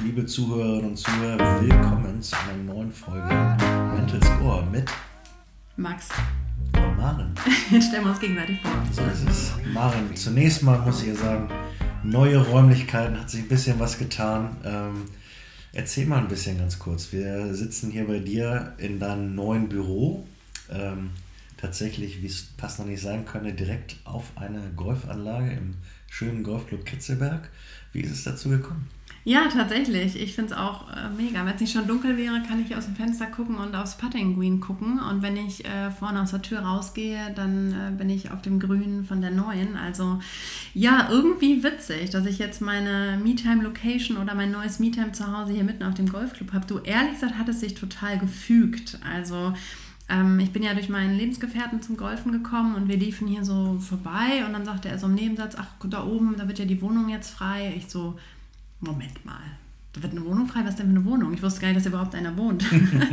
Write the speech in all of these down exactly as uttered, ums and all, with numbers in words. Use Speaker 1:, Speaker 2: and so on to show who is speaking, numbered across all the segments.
Speaker 1: liebe Zuhörerinnen und Zuhörer, willkommen zu einer neuen Folge Mental Score mit
Speaker 2: Max
Speaker 1: und Maren.
Speaker 2: Jetzt stellen wir uns gegenseitig vor.
Speaker 1: So ist es. Maren, zunächst mal muss ich ja sagen, neue Räumlichkeiten, hat sich ein bisschen was getan. Ähm, erzähl mal ein bisschen ganz kurz. Wir sitzen hier bei dir in deinem neuen Büro. Ähm, tatsächlich, wie es passender nicht sein könnte, direkt auf einer Golfanlage im schönen Golfclub Kitzelberg. Wie ist es dazu gekommen?
Speaker 2: Ja, tatsächlich. Ich finde es auch äh, mega. Wenn es nicht schon dunkel wäre, kann ich aus dem Fenster gucken und aufs Putting Green gucken. Und wenn ich äh, vorne aus der Tür rausgehe, dann äh, bin ich auf dem Grün von der neuen. Also ja, irgendwie witzig, dass ich jetzt meine Me-Time-Location oder mein neues Me-Time zu Hause hier mitten auf dem Golfclub habe. Du, ehrlich gesagt, hat es sich total gefügt. Also ähm, ich bin ja durch meinen Lebensgefährten zum Golfen gekommen und wir liefen hier so vorbei. Und dann sagte er so im Nebensatz, ach, da oben, da wird ja die Wohnung jetzt frei. Ich so... Moment mal, da wird eine Wohnung frei? Was denn für eine Wohnung? Ich wusste gar nicht, dass überhaupt einer wohnt.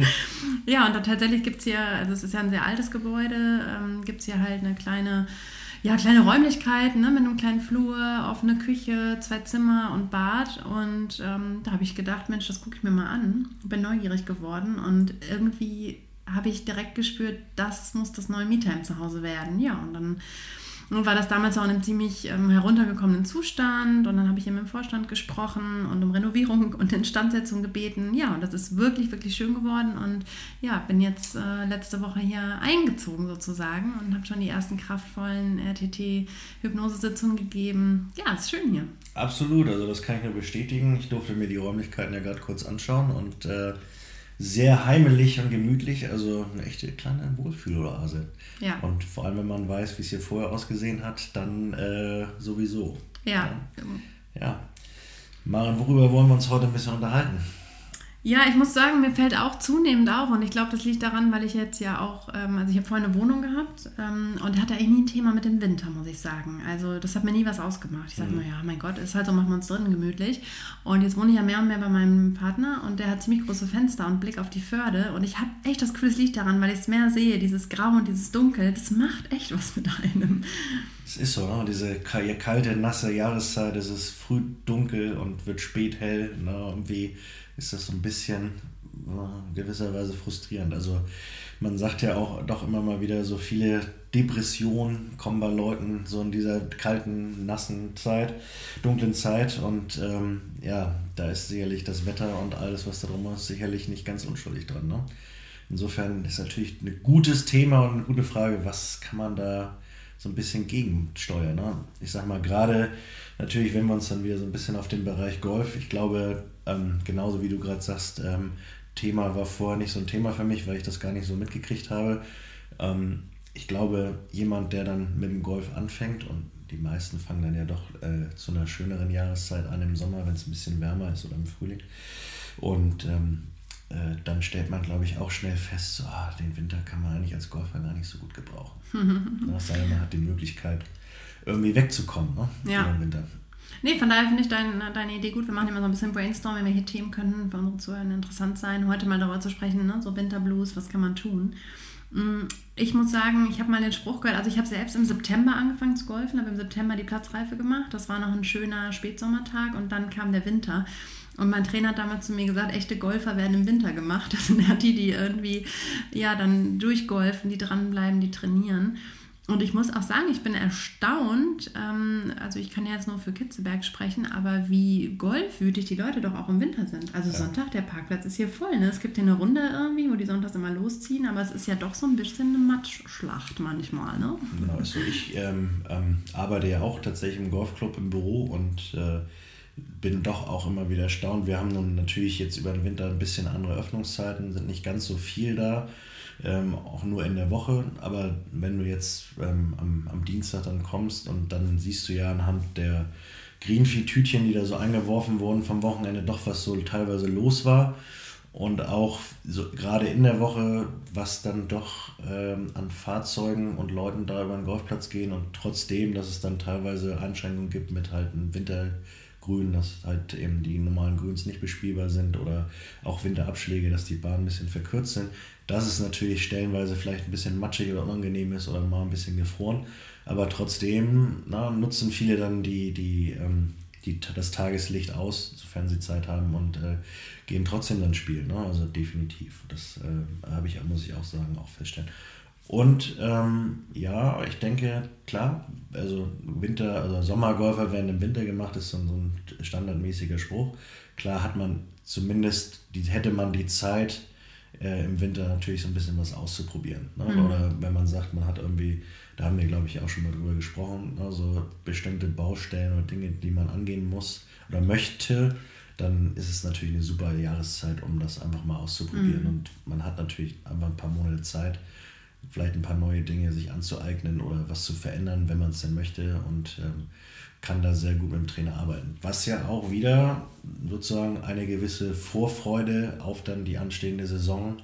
Speaker 2: Ja, und da tatsächlich gibt es hier, also es ist ja ein sehr altes Gebäude, ähm, gibt es hier halt eine kleine, ja, kleine Räumlichkeit, ne, mit einem kleinen Flur, offene Küche, zwei Zimmer und Bad. Und ähm, da habe ich gedacht, Mensch, das gucke ich mir mal an. Bin neugierig geworden und irgendwie habe ich direkt gespürt, das muss das neue Me-Time zu Hause werden. Ja, und dann Und war das damals auch in einem ziemlich ähm, heruntergekommenen Zustand und dann habe ich eben mit dem Vorstand gesprochen und um Renovierung und Instandsetzung gebeten. Ja, und das ist wirklich, wirklich schön geworden und ja, bin jetzt äh, letzte Woche hier eingezogen sozusagen und habe schon die ersten kraftvollen R T T-Hypnosesitzungen gegeben. Ja, ist schön hier.
Speaker 1: Absolut, also das kann ich nur bestätigen. Ich durfte mir die Räumlichkeiten ja gerade kurz anschauen und äh, sehr heimelig und gemütlich, also eine echte kleine Wohlfühloase.
Speaker 2: Ja.
Speaker 1: Und vor allem, wenn man weiß, wie es hier vorher ausgesehen hat, dann äh, sowieso.
Speaker 2: Ja.
Speaker 1: Ja. ja. Maren, worüber wollen wir uns heute ein bisschen unterhalten?
Speaker 2: Ja, ich muss sagen, mir fällt auch zunehmend auf und ich glaube, das liegt daran, weil ich jetzt ja auch, ähm, also ich habe vorher eine Wohnung gehabt ähm, und hatte eigentlich nie ein Thema mit dem Winter, muss ich sagen. Also das hat mir nie was ausgemacht. Ich sage
Speaker 1: Mhm.
Speaker 2: immer, ja, mein Gott, ist halt so, machen wir uns drinnen gemütlich. Und jetzt wohne ich ja mehr und mehr bei meinem Partner und der hat ziemlich große Fenster und Blick auf die Förde und ich habe echt das Gefühl, es liegt daran, weil ich es mehr sehe, dieses Grau und dieses Dunkel, das macht echt was mit einem.
Speaker 1: Es ist so, ne? Diese kalte, nasse Jahreszeit, es ist früh dunkel und wird spät hell. Ne? Irgendwie ist das so ein bisschen in gewisser Weise frustrierend. Also man sagt ja auch doch immer mal wieder, so viele Depressionen kommen bei Leuten so in dieser kalten, nassen Zeit, dunklen Zeit und ähm, ja, da ist sicherlich das Wetter und alles, was da drum ist, sicherlich nicht ganz unschuldig dran. Ne? Insofern ist natürlich ein gutes Thema und eine gute Frage, was kann man da so ein bisschen gegensteuern. Ne? Ich sag mal, gerade natürlich, wenn wir uns dann wieder so ein bisschen auf den Bereich Golf, ich glaube, ähm, genauso wie du gerade sagst, ähm, Thema war vorher nicht so ein Thema für mich, weil ich das gar nicht so mitgekriegt habe. Ähm, ich glaube, jemand, der dann mit dem Golf anfängt, und die meisten fangen dann ja doch äh, zu einer schöneren Jahreszeit an im Sommer, wenn es ein bisschen wärmer ist oder im Frühling. Und ähm, äh, dann stellt man, glaube ich, auch schnell fest, so, ah, den Winter kann man eigentlich als Golfer gar nicht so gut gebrauchen. Das heißt, man hat die Möglichkeit, irgendwie wegzukommen, ne?
Speaker 2: Ja.
Speaker 1: Im Winter.
Speaker 2: Nee, von daher finde ich dein, deine Idee gut. Wir machen immer so ein bisschen Brainstorming, welche Themen könnten für unsere Zuhörer interessant sein. Heute mal darüber zu sprechen, ne? So Winterblues, was kann man tun? Ich muss sagen, ich habe mal den Spruch gehört, also ich habe selbst im September angefangen zu golfen, habe im September die Platzreife gemacht. Das war noch ein schöner Spätsommertag und dann kam der Winter. Und mein Trainer hat damals zu mir gesagt, echte Golfer werden im Winter gemacht. Das sind ja die, die irgendwie ja dann durchgolfen, die dranbleiben, die trainieren. Und ich muss auch sagen, ich bin erstaunt, ähm, also ich kann ja jetzt nur für Kitzelberg sprechen, aber wie golfwütig die Leute doch auch im Winter sind. Also ja. Sonntag, der Parkplatz ist hier voll. Ne? Es gibt hier eine Runde irgendwie, wo die sonntags immer losziehen, aber es ist ja doch so ein bisschen eine Matschschlacht manchmal. Ne?
Speaker 1: Genau, also ich ähm, ähm, arbeite ja auch tatsächlich im Golfclub im Büro und äh, bin doch auch immer wieder erstaunt. Wir haben nun natürlich jetzt über den Winter ein bisschen andere Öffnungszeiten, sind nicht ganz so viel da. Ähm, auch nur in der Woche, aber wenn du jetzt ähm, am, am Dienstag dann kommst und dann siehst du ja anhand der Greenfee-Tütchen, die da so eingeworfen wurden vom Wochenende, doch was so teilweise los war und auch so gerade in der Woche, was dann doch ähm, an Fahrzeugen und Leuten da über den Golfplatz gehen und trotzdem, dass es dann teilweise Einschränkungen gibt mit halt einem Wintergrün, dass halt eben die normalen Grüns nicht bespielbar sind oder auch Winterabschläge, dass die Bahnen ein bisschen verkürzt sind. Dass es natürlich stellenweise vielleicht ein bisschen matschig oder unangenehm ist oder mal ein bisschen gefroren. Aber trotzdem na, nutzen viele dann die, die, ähm, die, das Tageslicht aus, sofern sie Zeit haben und äh, gehen trotzdem dann spielen. Ne? Also definitiv. Das äh, habe ich, muss ich auch sagen, auch feststellen. Und ähm, ja, ich denke, klar, also Winter, also Sommergolfer werden im Winter gemacht, ist so ein, so ein standardmäßiger Spruch. Klar hat man zumindest, die, hätte man die Zeit, äh, im Winter natürlich so ein bisschen was auszuprobieren. Ne? Mhm. Oder wenn man sagt, man hat irgendwie, da haben wir glaube ich auch schon mal drüber gesprochen, ne? So bestimmte Baustellen oder Dinge, die man angehen muss oder möchte, dann ist es natürlich eine super Jahreszeit, um das einfach mal auszuprobieren. Mhm. Und man hat natürlich einfach ein paar Monate Zeit, vielleicht ein paar neue Dinge sich anzueignen oder was zu verändern, wenn man es denn möchte, und ähm, kann da sehr gut mit dem Trainer arbeiten. Was ja auch wieder sozusagen eine gewisse Vorfreude auf dann die anstehende Saison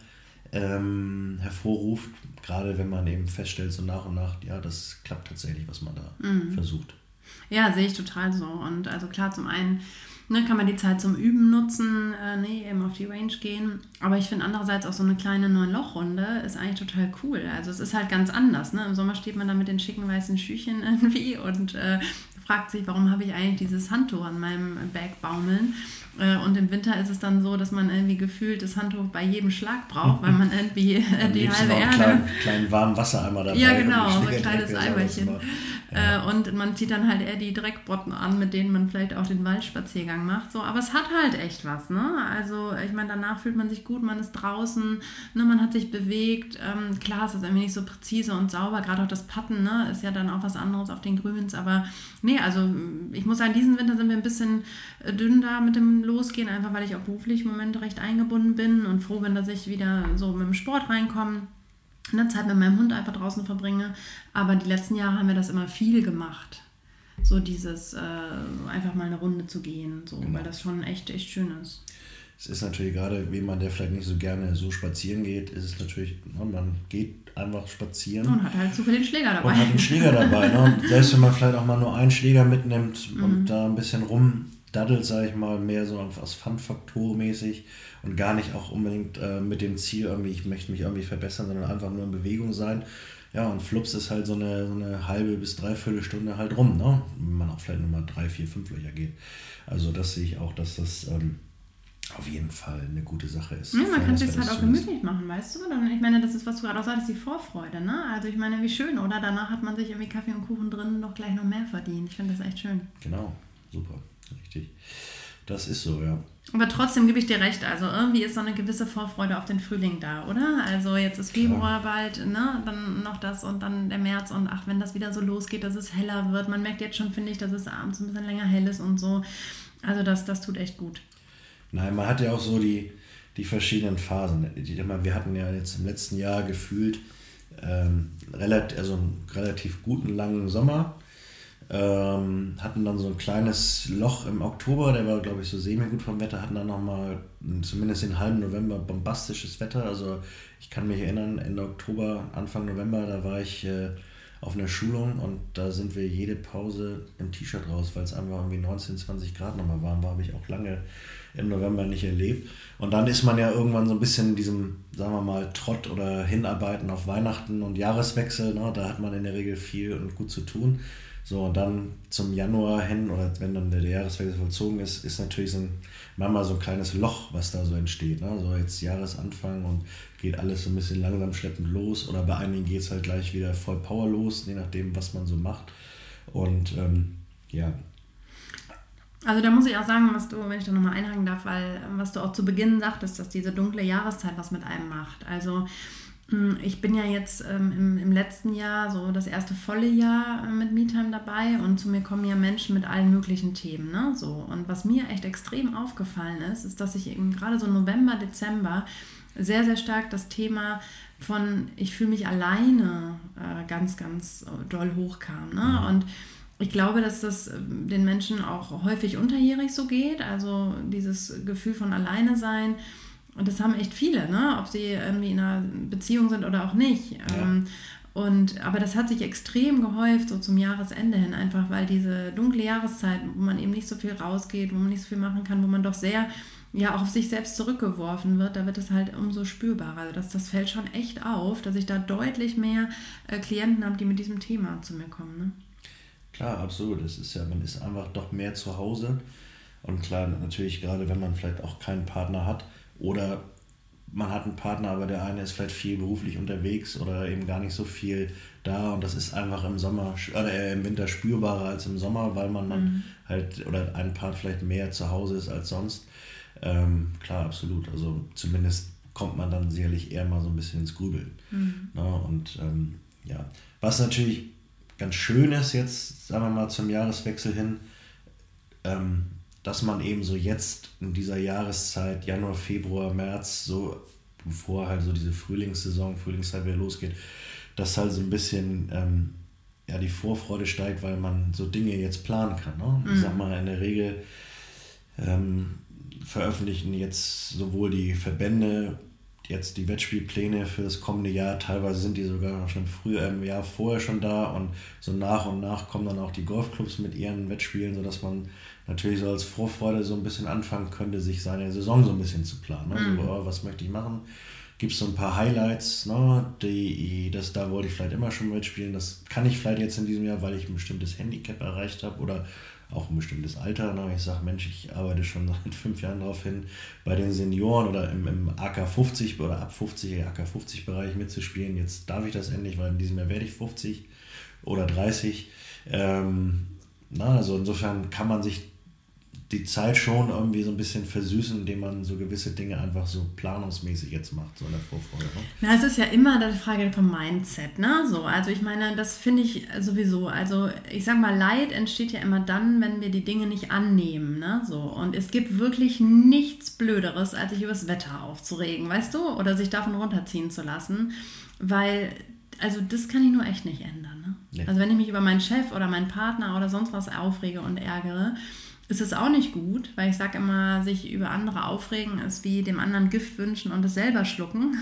Speaker 1: ähm, hervorruft, gerade wenn man eben feststellt, so nach und nach, ja, das klappt tatsächlich, was man da mhm. versucht.
Speaker 2: Ja, sehe ich total so. Und also klar, zum einen ne, kann man die Zeit zum Üben nutzen, äh, nee, eben auf die Range gehen. Aber ich finde andererseits auch so eine kleine neun-Loch-Runde ist eigentlich total cool. Also es ist halt ganz anders. Ne? Im Sommer steht man da mit den schicken weißen Schüchen irgendwie und äh, fragt sich, warum habe ich eigentlich dieses Handtuch an meinem Bag baumeln. Und im Winter ist es dann so, dass man irgendwie gefühlt das Handtuch bei jedem Schlag braucht, weil man irgendwie äh, die halbe Erde...
Speaker 1: Kleinen, kleinen warmen Wassereimer dabei.
Speaker 2: Ja, genau, so ein kleines Eimerchen. Ja. Und man zieht dann halt eher die Dreckbotten an, mit denen man vielleicht auch den Waldspaziergang macht. So. Aber es hat halt echt was, ne? Also ich meine, danach fühlt man sich gut, man ist draußen, ne? Man hat sich bewegt. Ähm, klar, es ist irgendwie nicht so präzise und sauber, gerade auch das Putten, ne? Ist ja dann auch was anderes auf den Grüns. Aber nee, also ich muss sagen, diesen Winter sind wir ein bisschen dünn da mit dem Losgehen, einfach weil ich auch beruflich im Moment recht eingebunden bin und froh bin, dass ich wieder so mit dem Sport reinkomme, eine Zeit mit meinem Hund einfach draußen verbringe. Aber die letzten Jahre haben wir das immer viel gemacht. So dieses, äh, einfach mal eine Runde zu gehen, so, genau. Weil das schon echt, echt schön ist.
Speaker 1: Es ist natürlich gerade, jemand, der vielleicht nicht so gerne so spazieren geht, ist es natürlich, ne, man geht einfach spazieren.
Speaker 2: Und hat halt zufällig den Schläger dabei.
Speaker 1: Und hat den Schläger dabei. Ne? Und selbst wenn man vielleicht auch mal nur einen Schläger mitnimmt mhm. und da ein bisschen rumdaddelt, sage ich mal, mehr so als Fun-Faktor mäßig und gar nicht auch unbedingt äh, mit dem Ziel, irgendwie, ich möchte mich irgendwie verbessern, sondern einfach nur in Bewegung sein. Ja, und flups ist halt so eine, so eine halbe bis dreiviertel Stunde halt rum, ne? Wenn man auch vielleicht nur mal drei, vier, fünf Löcher geht. Also das sehe ich auch, dass das ähm, auf jeden Fall eine gute Sache ist.
Speaker 2: Ja, man kann es sich halt auch gemütlich machen, weißt du? Dann, ich meine, das ist, was du gerade auch sagst, die Vorfreude, ne? Also ich meine, wie schön, oder? Danach hat man sich irgendwie Kaffee und Kuchen drin noch gleich noch mehr verdient. Ich finde das echt schön.
Speaker 1: Genau, super, richtig. Das ist so, ja.
Speaker 2: Aber trotzdem gebe ich dir recht, also irgendwie ist so eine gewisse Vorfreude auf den Frühling da, oder? Also jetzt ist Februar Klar. bald, ne? Dann noch das und dann der März und ach, wenn das wieder so losgeht, dass es heller wird. Man merkt jetzt schon, finde ich, dass es abends ein bisschen länger hell ist und so. Also das, das tut echt gut.
Speaker 1: Nein, man hat ja auch so die, die verschiedenen Phasen. Wir hatten ja jetzt im letzten Jahr gefühlt ähm, relativ, also einen relativ guten, langen Sommer. Ähm, hatten dann so ein kleines Loch im Oktober, der war, glaube ich, so semi-gut vom Wetter, hatten dann nochmal zumindest den halben November bombastisches Wetter. Also ich kann mich erinnern, Ende Oktober, Anfang November, da war ich äh, auf einer Schulung und da sind wir jede Pause im T-Shirt raus, weil es einfach irgendwie neunzehn, zwanzig Grad nochmal warm war, habe ich auch lange im November nicht erlebt. Und dann ist man ja irgendwann so ein bisschen in diesem, sagen wir mal, Trott oder Hinarbeiten auf Weihnachten und Jahreswechsel, ne? Da hat man in der Regel viel und gut zu tun. So, und dann zum Januar hin, oder wenn dann der Jahreswechsel vollzogen ist, ist natürlich so ein, manchmal so ein kleines Loch, was da so entsteht. Ne? So jetzt Jahresanfang und geht alles so ein bisschen langsam schleppend los. Oder bei einigen geht es halt gleich wieder voll Power los, je nachdem, was man so macht. Und ähm, ja.
Speaker 2: Also da muss ich auch sagen, was du, wenn ich da nochmal einhaken darf, weil was du auch zu Beginn sagtest, dass diese dunkle Jahreszeit was mit einem macht. Also ich bin ja jetzt ähm, im, im letzten Jahr so das erste volle Jahr äh, mit MeTime dabei und zu mir kommen ja Menschen mit allen möglichen Themen. Ne? So. Und was mir echt extrem aufgefallen ist, ist, dass ich eben gerade so November, Dezember sehr, sehr stark das Thema von ich fühle mich alleine äh, ganz, ganz doll hochkam. Ne? Mhm. Und ich glaube, dass das den Menschen auch häufig unterjährig so geht, also dieses Gefühl von alleine sein. Und das haben echt viele, ne? Ob sie irgendwie in einer Beziehung sind oder auch nicht. Ja. Ähm, und, aber das hat sich extrem gehäuft, so zum Jahresende hin, einfach weil diese dunkle Jahreszeit, wo man eben nicht so viel rausgeht, wo man nicht so viel machen kann, wo man doch sehr ja auch auf sich selbst zurückgeworfen wird, da wird es halt umso spürbarer. Also das, das fällt schon echt auf, dass ich da deutlich mehr äh, Klienten habe, die mit diesem Thema zu mir kommen. Ne?
Speaker 1: Klar, absolut. Es ist ja, man ist einfach doch mehr zu Hause. Und klar, natürlich gerade wenn man vielleicht auch keinen Partner hat oder man hat einen Partner, aber der eine ist vielleicht viel beruflich unterwegs oder eben gar nicht so viel da und das ist einfach im Sommer oder im Winter spürbarer als im Sommer, weil man dann mhm. halt oder ein Part vielleicht mehr zu Hause ist als sonst. Ähm, klar, absolut. Also zumindest kommt man dann sicherlich eher mal so ein bisschen ins Grübeln. Mhm. Ja, und ähm, ja, was natürlich ganz schön ist jetzt, sagen wir mal zum Jahreswechsel hin, ähm, dass man eben so jetzt in dieser Jahreszeit, Januar, Februar, März, so bevor halt so diese Frühlingssaison, Frühlingszeit wieder losgeht, dass halt so ein bisschen ähm, ja, die Vorfreude steigt, weil man so Dinge jetzt planen kann. Ne? Ich sag mal, in der Regel ähm, veröffentlichen jetzt sowohl die Verbände jetzt die Wettspielpläne für das kommende Jahr, teilweise sind die sogar schon früher im Jahr vorher schon da und so nach und nach kommen dann auch die Golfclubs mit ihren Wettspielen, sodass man natürlich so als Vorfreude so ein bisschen anfangen könnte, sich seine Saison so ein bisschen zu planen. Ne? Mhm. So, oh, was möchte ich machen? Gibt es so ein paar Highlights, ne? die, das, da wollte ich vielleicht immer schon mitspielen, das kann ich vielleicht jetzt in diesem Jahr, weil ich ein bestimmtes Handicap erreicht habe oder auch ein bestimmtes Alter. Ne? Ich sage, Mensch, ich arbeite schon seit fünf Jahren darauf hin, bei den Senioren oder im, im A K fünfzig oder ab fünfzig, A K fünfzig Bereich mitzuspielen. Jetzt darf ich das endlich, weil in diesem Jahr werde ich fünfzig oder dreißig. Ähm, na, also insofern kann man sich die Zeit schon irgendwie so ein bisschen versüßen, indem man so gewisse Dinge einfach so planungsmäßig jetzt macht, so in der Vorfreude. Ne?
Speaker 2: Na, es ist ja immer eine Frage vom Mindset, ne? So, also ich meine, das finde ich sowieso, also ich sag mal, Leid entsteht ja immer dann, wenn wir die Dinge nicht annehmen, ne? So, und es gibt wirklich nichts Blöderes, als sich über das Wetter aufzuregen, weißt du? Oder sich davon runterziehen zu lassen, weil, also das kann ich nur echt nicht ändern, ne? Nee. Also wenn ich mich über meinen Chef oder meinen Partner oder sonst was aufrege und ärgere, ist es auch nicht gut, weil ich sage immer, sich über andere aufregen ist wie dem anderen Gift wünschen und es selber schlucken.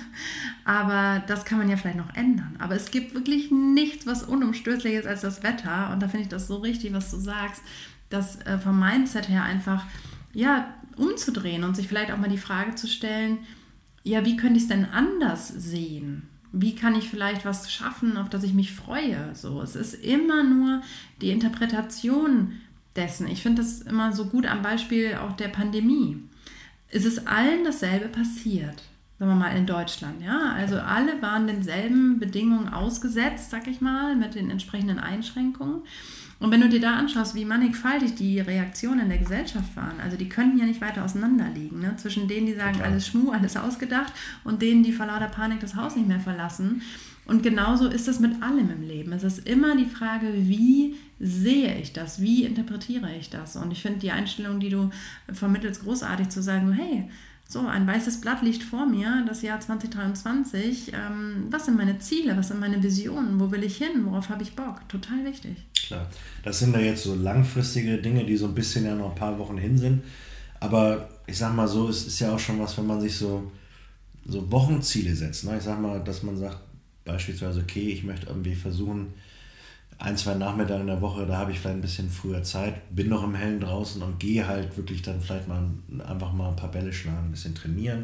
Speaker 2: Aber das kann man ja vielleicht noch ändern. Aber es gibt wirklich nichts, was unumstößlich ist als das Wetter. Und da finde ich das so richtig, was du sagst, dass äh, vom Mindset her einfach ja, umzudrehen und sich vielleicht auch mal die Frage zu stellen, ja, wie könnte ich es denn anders sehen? Wie kann ich vielleicht was schaffen, auf das ich mich freue? So, es ist immer nur die Interpretation dessen. Ich finde das immer so gut am Beispiel auch der Pandemie. Es ist allen dasselbe passiert, sagen wir mal in Deutschland. Ja? Also alle waren denselben Bedingungen ausgesetzt, sag ich mal, mit den entsprechenden Einschränkungen. Und wenn du dir da anschaust, wie mannigfaltig die Reaktionen in der Gesellschaft waren, also die könnten ja nicht weiter auseinander liegen, ne? Zwischen denen, die sagen, alles Schmuh, alles ausgedacht und denen, die vor lauter Panik das Haus nicht mehr verlassen. Und genauso ist es mit allem im Leben. Es ist immer die Frage, wie sehe ich das? Wie interpretiere ich das? Und ich finde die Einstellung, die du vermittelst, großartig zu sagen, hey, so ein weißes Blatt liegt vor mir, das Jahr zwanzig dreiundzwanzig. Ähm, was sind meine Ziele? Was sind meine Visionen? Wo will ich hin? Worauf habe ich Bock? Total wichtig.
Speaker 1: Klar, das sind ja jetzt so langfristige Dinge, die so ein bisschen ja noch ein paar Wochen hin sind. Aber ich sag mal so, es ist ja auch schon was, wenn man sich so, so Wochenziele setzt. Ne? Ich sag mal, dass man sagt, beispielsweise, okay, ich möchte irgendwie versuchen, ein, zwei Nachmittage in der Woche, da habe ich vielleicht ein bisschen früher Zeit, bin noch im Hellen draußen und gehe halt wirklich dann vielleicht mal einfach mal ein paar Bälle schlagen, ein bisschen trainieren.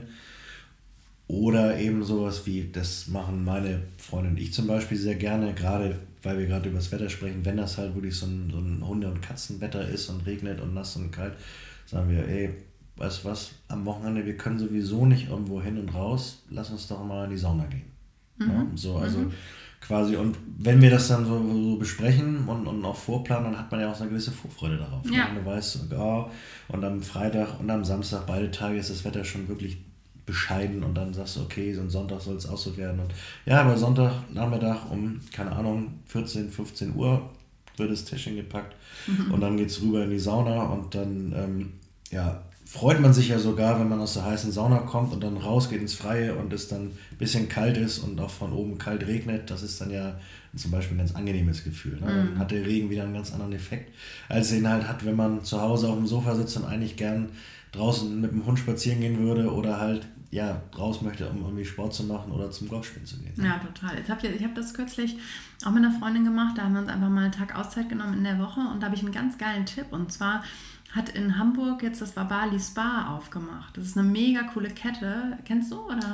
Speaker 1: Oder eben sowas wie, das machen meine Freunde und ich zum Beispiel sehr gerne, gerade weil wir gerade über das Wetter sprechen, wenn das halt wirklich so ein, so ein Hunde- und Katzenwetter ist und regnet und nass und kalt, sagen wir, ey, weißt du was, am Wochenende, wir können sowieso nicht irgendwo hin und raus, lass uns doch mal in die Sauna gehen. Mhm. Ja, so, also mhm. quasi, und wenn wir das dann so, so besprechen und, und auch vorplanen, dann hat man ja auch so eine gewisse Vorfreude darauf. Ja. Ne? Du weißt, oh, und am Freitag und am Samstag, beide Tage ist das Wetter schon wirklich bescheiden und dann sagst du, okay, so ein Sonntag soll es auch so werden. Und ja, aber Sonntagnachmittag um, keine Ahnung, vierzehn, fünfzehn Uhr wird das Täschchen gepackt mhm. und dann geht's rüber in die Sauna und dann, ähm, ja, freut man sich ja sogar, wenn man aus der heißen Sauna kommt und dann rausgeht ins Freie und es dann ein bisschen kalt ist und auch von oben kalt regnet. Das ist dann ja zum Beispiel ein ganz angenehmes Gefühl. Ne? Dann mm. hat der Regen wieder einen ganz anderen Effekt, als er ihn halt hat, wenn man zu Hause auf dem Sofa sitzt und eigentlich gern draußen mit dem Hund spazieren gehen würde oder halt ja, raus möchte, um irgendwie Sport zu machen oder zum Golfspielen zu gehen.
Speaker 2: Ja, total. Ich habe ich hab das kürzlich auch mit einer Freundin gemacht. Da haben wir uns einfach mal einen Tag Auszeit genommen in der Woche und da habe ich einen ganz geilen Tipp und zwar hat in Hamburg jetzt das Bali Spa aufgemacht. Das ist eine mega coole Kette. Kennst du, oder?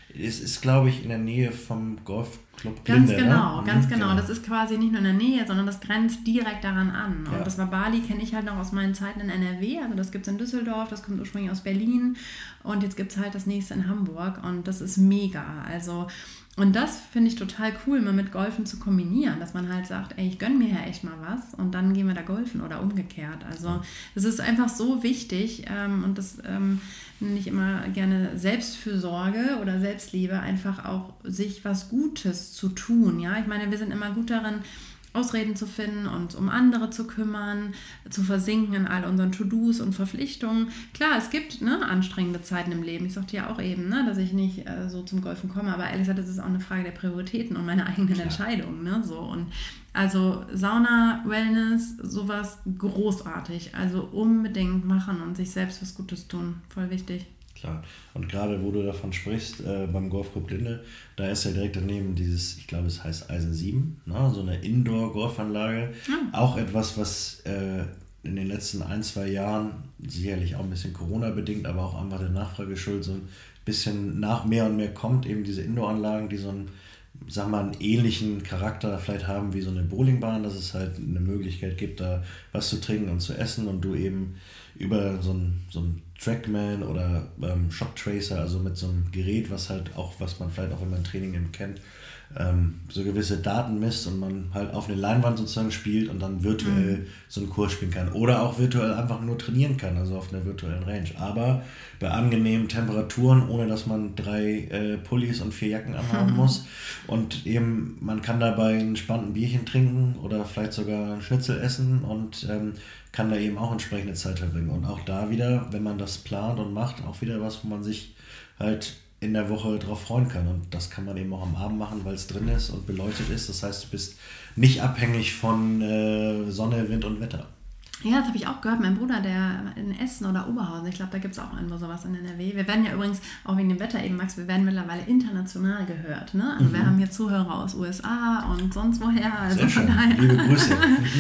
Speaker 1: es ist, glaube ich, in der Nähe vom Golfclub
Speaker 2: Glinde. Ganz genau,
Speaker 1: ne?
Speaker 2: ganz genau. genau. Das ist quasi nicht nur in der Nähe, sondern das grenzt direkt daran an. Und ja. das war Bali, kenne ich halt noch aus meinen Zeiten in N R W. Also das gibt es in Düsseldorf, das kommt ursprünglich aus Berlin. Und jetzt gibt es halt das nächste in Hamburg. Und das ist mega. Also... Und das finde ich total cool, mal mit Golfen zu kombinieren, dass man halt sagt, ey, ich gönne mir ja echt mal was und dann gehen wir da golfen oder umgekehrt. Also es ist einfach so wichtig ähm, und das ähm, nenne ich immer gerne Selbstfürsorge oder Selbstliebe, einfach auch sich was Gutes zu tun. Ja, ich meine, wir sind immer gut darin, Ausreden zu finden und um andere zu kümmern, zu versinken in all unseren To-Dos und Verpflichtungen. Klar, es gibt ne, anstrengende Zeiten im Leben. Ich sagte ja auch eben, ne, dass ich nicht äh, so zum Golfen komme, aber ehrlich gesagt, das ist auch eine Frage der Prioritäten und meiner eigenen Klar. Entscheidungen. Ne, so. Und also Sauna, Wellness, sowas großartig. Also unbedingt machen und sich selbst was Gutes tun. Voll wichtig.
Speaker 1: Klar. Und gerade wo du davon sprichst, äh, beim Golfclub Glinde, da ist ja direkt daneben dieses, ich glaube es heißt Eisen sieben, ne? So eine Indoor-Golfanlage. Mhm. Auch etwas, was äh, in den letzten ein, zwei Jahren, sicherlich auch ein bisschen Corona-bedingt, aber auch einfach der Nachfrage schuld, so ein bisschen nach mehr und mehr kommt, eben diese Indoor-Anlagen, die so einen, sagen wir mal, einen ähnlichen Charakter vielleicht haben wie so eine Bowlingbahn, dass es halt eine Möglichkeit gibt, da was zu trinken und zu essen und du eben über so einen so ein Trackman oder ähm, Shot Tracer, also mit so einem Gerät, was halt auch, was man vielleicht auch, wenn man Training eben kennt, ähm, so gewisse Daten misst und man halt auf eine Leinwand sozusagen spielt und dann virtuell mhm. so einen Kurs spielen kann. Oder auch virtuell einfach nur trainieren kann, also auf einer virtuellen Range. Aber bei angenehmen Temperaturen, ohne dass man drei äh, Pullis und vier Jacken anhaben mhm. muss. Und eben, man kann dabei einen entspannten Bierchen trinken oder vielleicht sogar einen Schnitzel essen und ähm, kann da eben auch entsprechende Zeit verbringen. Und auch da wieder, wenn man das plant und macht, auch wieder was, wo man sich halt in der Woche drauf freuen kann. Und das kann man eben auch am Abend machen, weil es drin ist und beleuchtet ist. Das heißt, du bist nicht abhängig von äh, Sonne, Wind und Wetter.
Speaker 2: Ja, das habe ich auch gehört. Mein Bruder, der in Essen oder Oberhausen, ich glaube, da gibt es auch irgendwo sowas in N R W. Wir werden ja übrigens, auch wegen dem Wetter eben, Max, wir werden mittlerweile international gehört. Ne? Also mhm. wir haben hier Zuhörer aus U S A und sonst woher. Also
Speaker 1: Sehr schön. Liebe Grüße.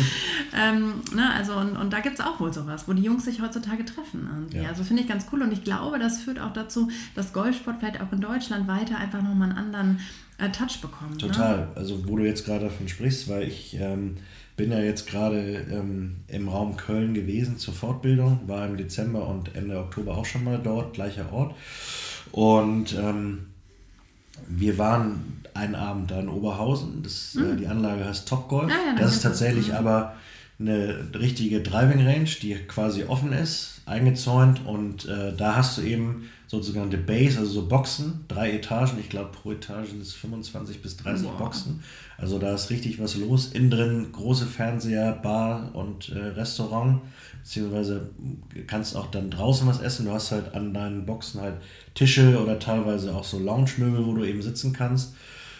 Speaker 2: ähm, ne, also und, und da gibt es auch wohl sowas, wo die Jungs sich heutzutage treffen. Ja. Also finde ich ganz cool und ich glaube, das führt auch dazu, dass Golfsport vielleicht auch in Deutschland weiter einfach nochmal einen anderen äh, Touch bekommt.
Speaker 1: Total.
Speaker 2: Ne?
Speaker 1: Also wo du jetzt gerade davon sprichst, weil ich... Ähm, bin ja jetzt gerade ähm, im Raum Köln gewesen zur Fortbildung, war im Dezember und Ende Oktober auch schon mal dort, gleicher Ort. Und ähm, wir waren einen Abend da in Oberhausen, das, mhm. äh, die Anlage heißt Topgolf. Ja, ja, das ist tatsächlich das. aber eine richtige Driving Range, die quasi offen ist, eingezäunt und äh, da hast du eben sozusagen die Base, also so Boxen, drei Etagen, ich glaube pro Etage sind es fünfundzwanzig bis dreißig wow. Boxen. Also da ist richtig was los. Innen drin große Fernseher, Bar und äh, Restaurant, beziehungsweise kannst auch dann draußen was essen. Du hast halt an deinen Boxen halt Tische oder teilweise auch so Lounge-Möbel, wo du eben sitzen kannst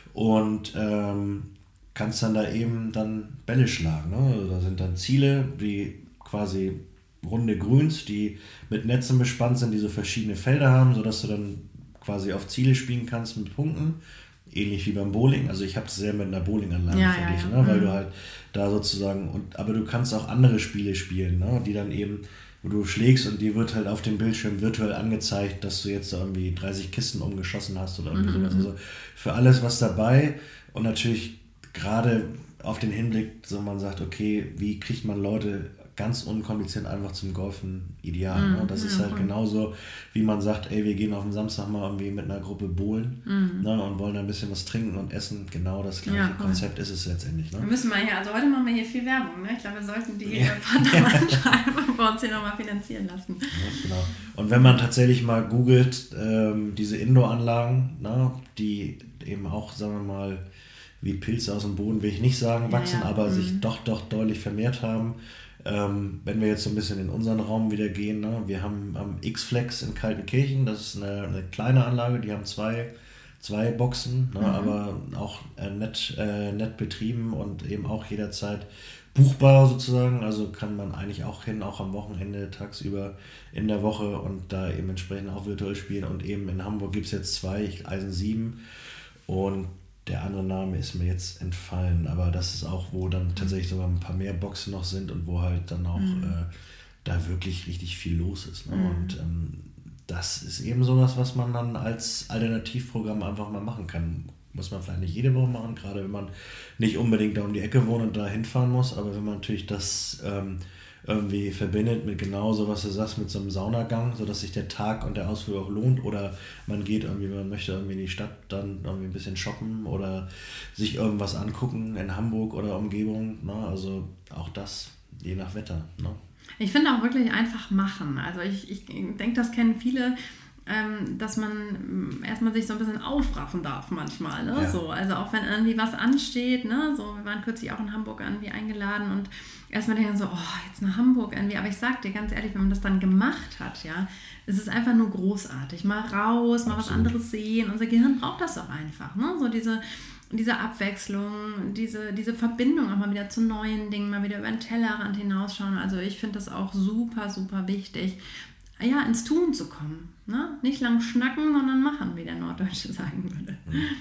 Speaker 1: und ähm, kannst dann da eben dann Bälle schlagen. Ne? Also da sind dann Ziele, die quasi runde Grüns, die mit Netzen bespannt sind, die so verschiedene Felder haben, sodass du dann quasi auf Ziele spielen kannst mit Punkten. Ähnlich wie beim Bowling. Also ich habe es sehr mit einer Bowlinganlage
Speaker 2: ja,
Speaker 1: verglichen,
Speaker 2: ja, ja.
Speaker 1: Ne? weil
Speaker 2: mhm.
Speaker 1: du halt da sozusagen, und aber du kannst auch andere Spiele spielen, ne? Die dann eben, wo du schlägst und die wird halt auf dem Bildschirm virtuell angezeigt, dass du jetzt irgendwie dreißig Kisten umgeschossen hast oder irgendwie mhm. sowas. Also für alles was dabei und natürlich gerade auf den Hinblick, so man sagt, okay, wie kriegt man Leute ganz unkompliziert einfach zum Golfen ideal. Mm, ne? Das ja, ist halt cool. genauso, wie man sagt, ey, wir gehen auf den Samstag mal irgendwie mit einer Gruppe bowlen mm. ne? und wollen ein bisschen was trinken und essen. Genau das gleiche ja, cool. Konzept ist es letztendlich. Ne?
Speaker 2: Wir müssen mal hier, also heute machen wir hier viel Werbung. Ne? Ich glaube, wir sollten die ja. Partner anschreiben und bei uns hier nochmal finanzieren lassen.
Speaker 1: Ja, genau. Und wenn man tatsächlich mal googelt, ähm, diese Indoor-Anlagen, ne? die eben auch, sagen wir mal, wie Pilze aus dem Boden, will ich nicht sagen, wachsen, ja, ja. aber mm. sich doch, doch deutlich vermehrt haben. Ähm, wenn wir jetzt so ein bisschen in unseren Raum wieder gehen, ne? Wir haben am X-Flex in Kaltenkirchen, das ist eine, eine kleine Anlage, die haben zwei, zwei Boxen, ne? mhm. aber auch äh, nett, äh, nett betrieben und eben auch jederzeit buchbar sozusagen, also kann man eigentlich auch hin, auch am Wochenende, tagsüber in der Woche und da eben entsprechend auch virtuell spielen und eben in Hamburg gibt es jetzt zwei, Eisen sieben und der andere Name ist mir jetzt entfallen, aber das ist auch, wo dann tatsächlich sogar ein paar mehr Boxen noch sind und wo halt dann auch mhm. äh, da wirklich richtig viel los ist. Ne? Mhm. Und ähm, das ist eben sowas, was man dann als Alternativprogramm einfach mal machen kann. Muss man vielleicht nicht jede Woche machen, gerade wenn man nicht unbedingt da um die Ecke wohnt und da hinfahren muss, aber wenn man natürlich das ähm, irgendwie verbindet mit genau so, was du sagst, mit so einem Saunagang, sodass sich der Tag und der Ausflug auch lohnt, oder man geht irgendwie, man möchte irgendwie in die Stadt dann irgendwie ein bisschen shoppen oder sich irgendwas angucken in Hamburg oder Umgebung, ne? Also auch das, je nach Wetter, ne?
Speaker 2: Ich finde auch wirklich einfach machen. Also ich, ich denke, das kennen viele, ähm, dass man erstmal sich so ein bisschen aufraffen darf manchmal. Ne?
Speaker 1: Ja.
Speaker 2: So, also auch wenn irgendwie was ansteht. Ne? So, wir waren kürzlich auch in Hamburg irgendwie eingeladen und erstmal denken so, oh, jetzt nach Hamburg irgendwie. Aber ich sag dir ganz ehrlich, wenn man das dann gemacht hat, ja, es ist einfach nur großartig. Mal raus, mal Absolut. Was anderes sehen. Unser Gehirn braucht das doch einfach. Ne? So diese... diese Abwechslung, diese, diese Verbindung auch mal wieder zu neuen Dingen, mal wieder über den Tellerrand hinausschauen. Also ich finde das auch super, super wichtig, ja, ins Tun zu kommen. Ne? Nicht lang schnacken, sondern machen, wie der Norddeutsche sagen würde.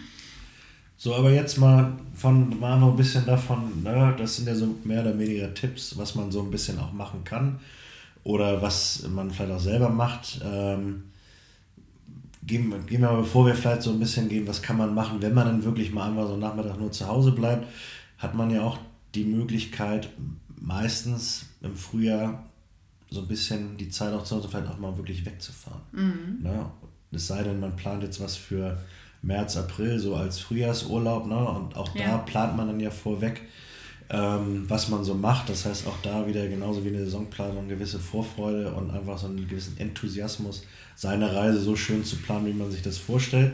Speaker 1: So, aber jetzt mal von mal noch ein bisschen davon, ne? Das sind ja so mehr oder weniger Tipps, was man so ein bisschen auch machen kann oder was man vielleicht auch selber macht. Ähm, Gehen, gehen wir mal, bevor wir vielleicht so ein bisschen gehen, was kann man machen, wenn man dann wirklich mal einmal so einen Nachmittag nur zu Hause bleibt, hat man ja auch die Möglichkeit, meistens im Frühjahr so ein bisschen die Zeit auch zu Hause vielleicht auch mal wirklich wegzufahren. Mhm. Ne? Es sei denn, man plant jetzt was für März, April, so als Frühjahrsurlaub, ne? Und auch ja. da plant man dann ja vorweg, ähm, was man so macht. Das heißt, auch da wieder genauso wie eine Saisonplanung, eine gewisse Vorfreude und einfach so einen gewissen Enthusiasmus, seine Reise so schön zu planen, wie man sich das vorstellt.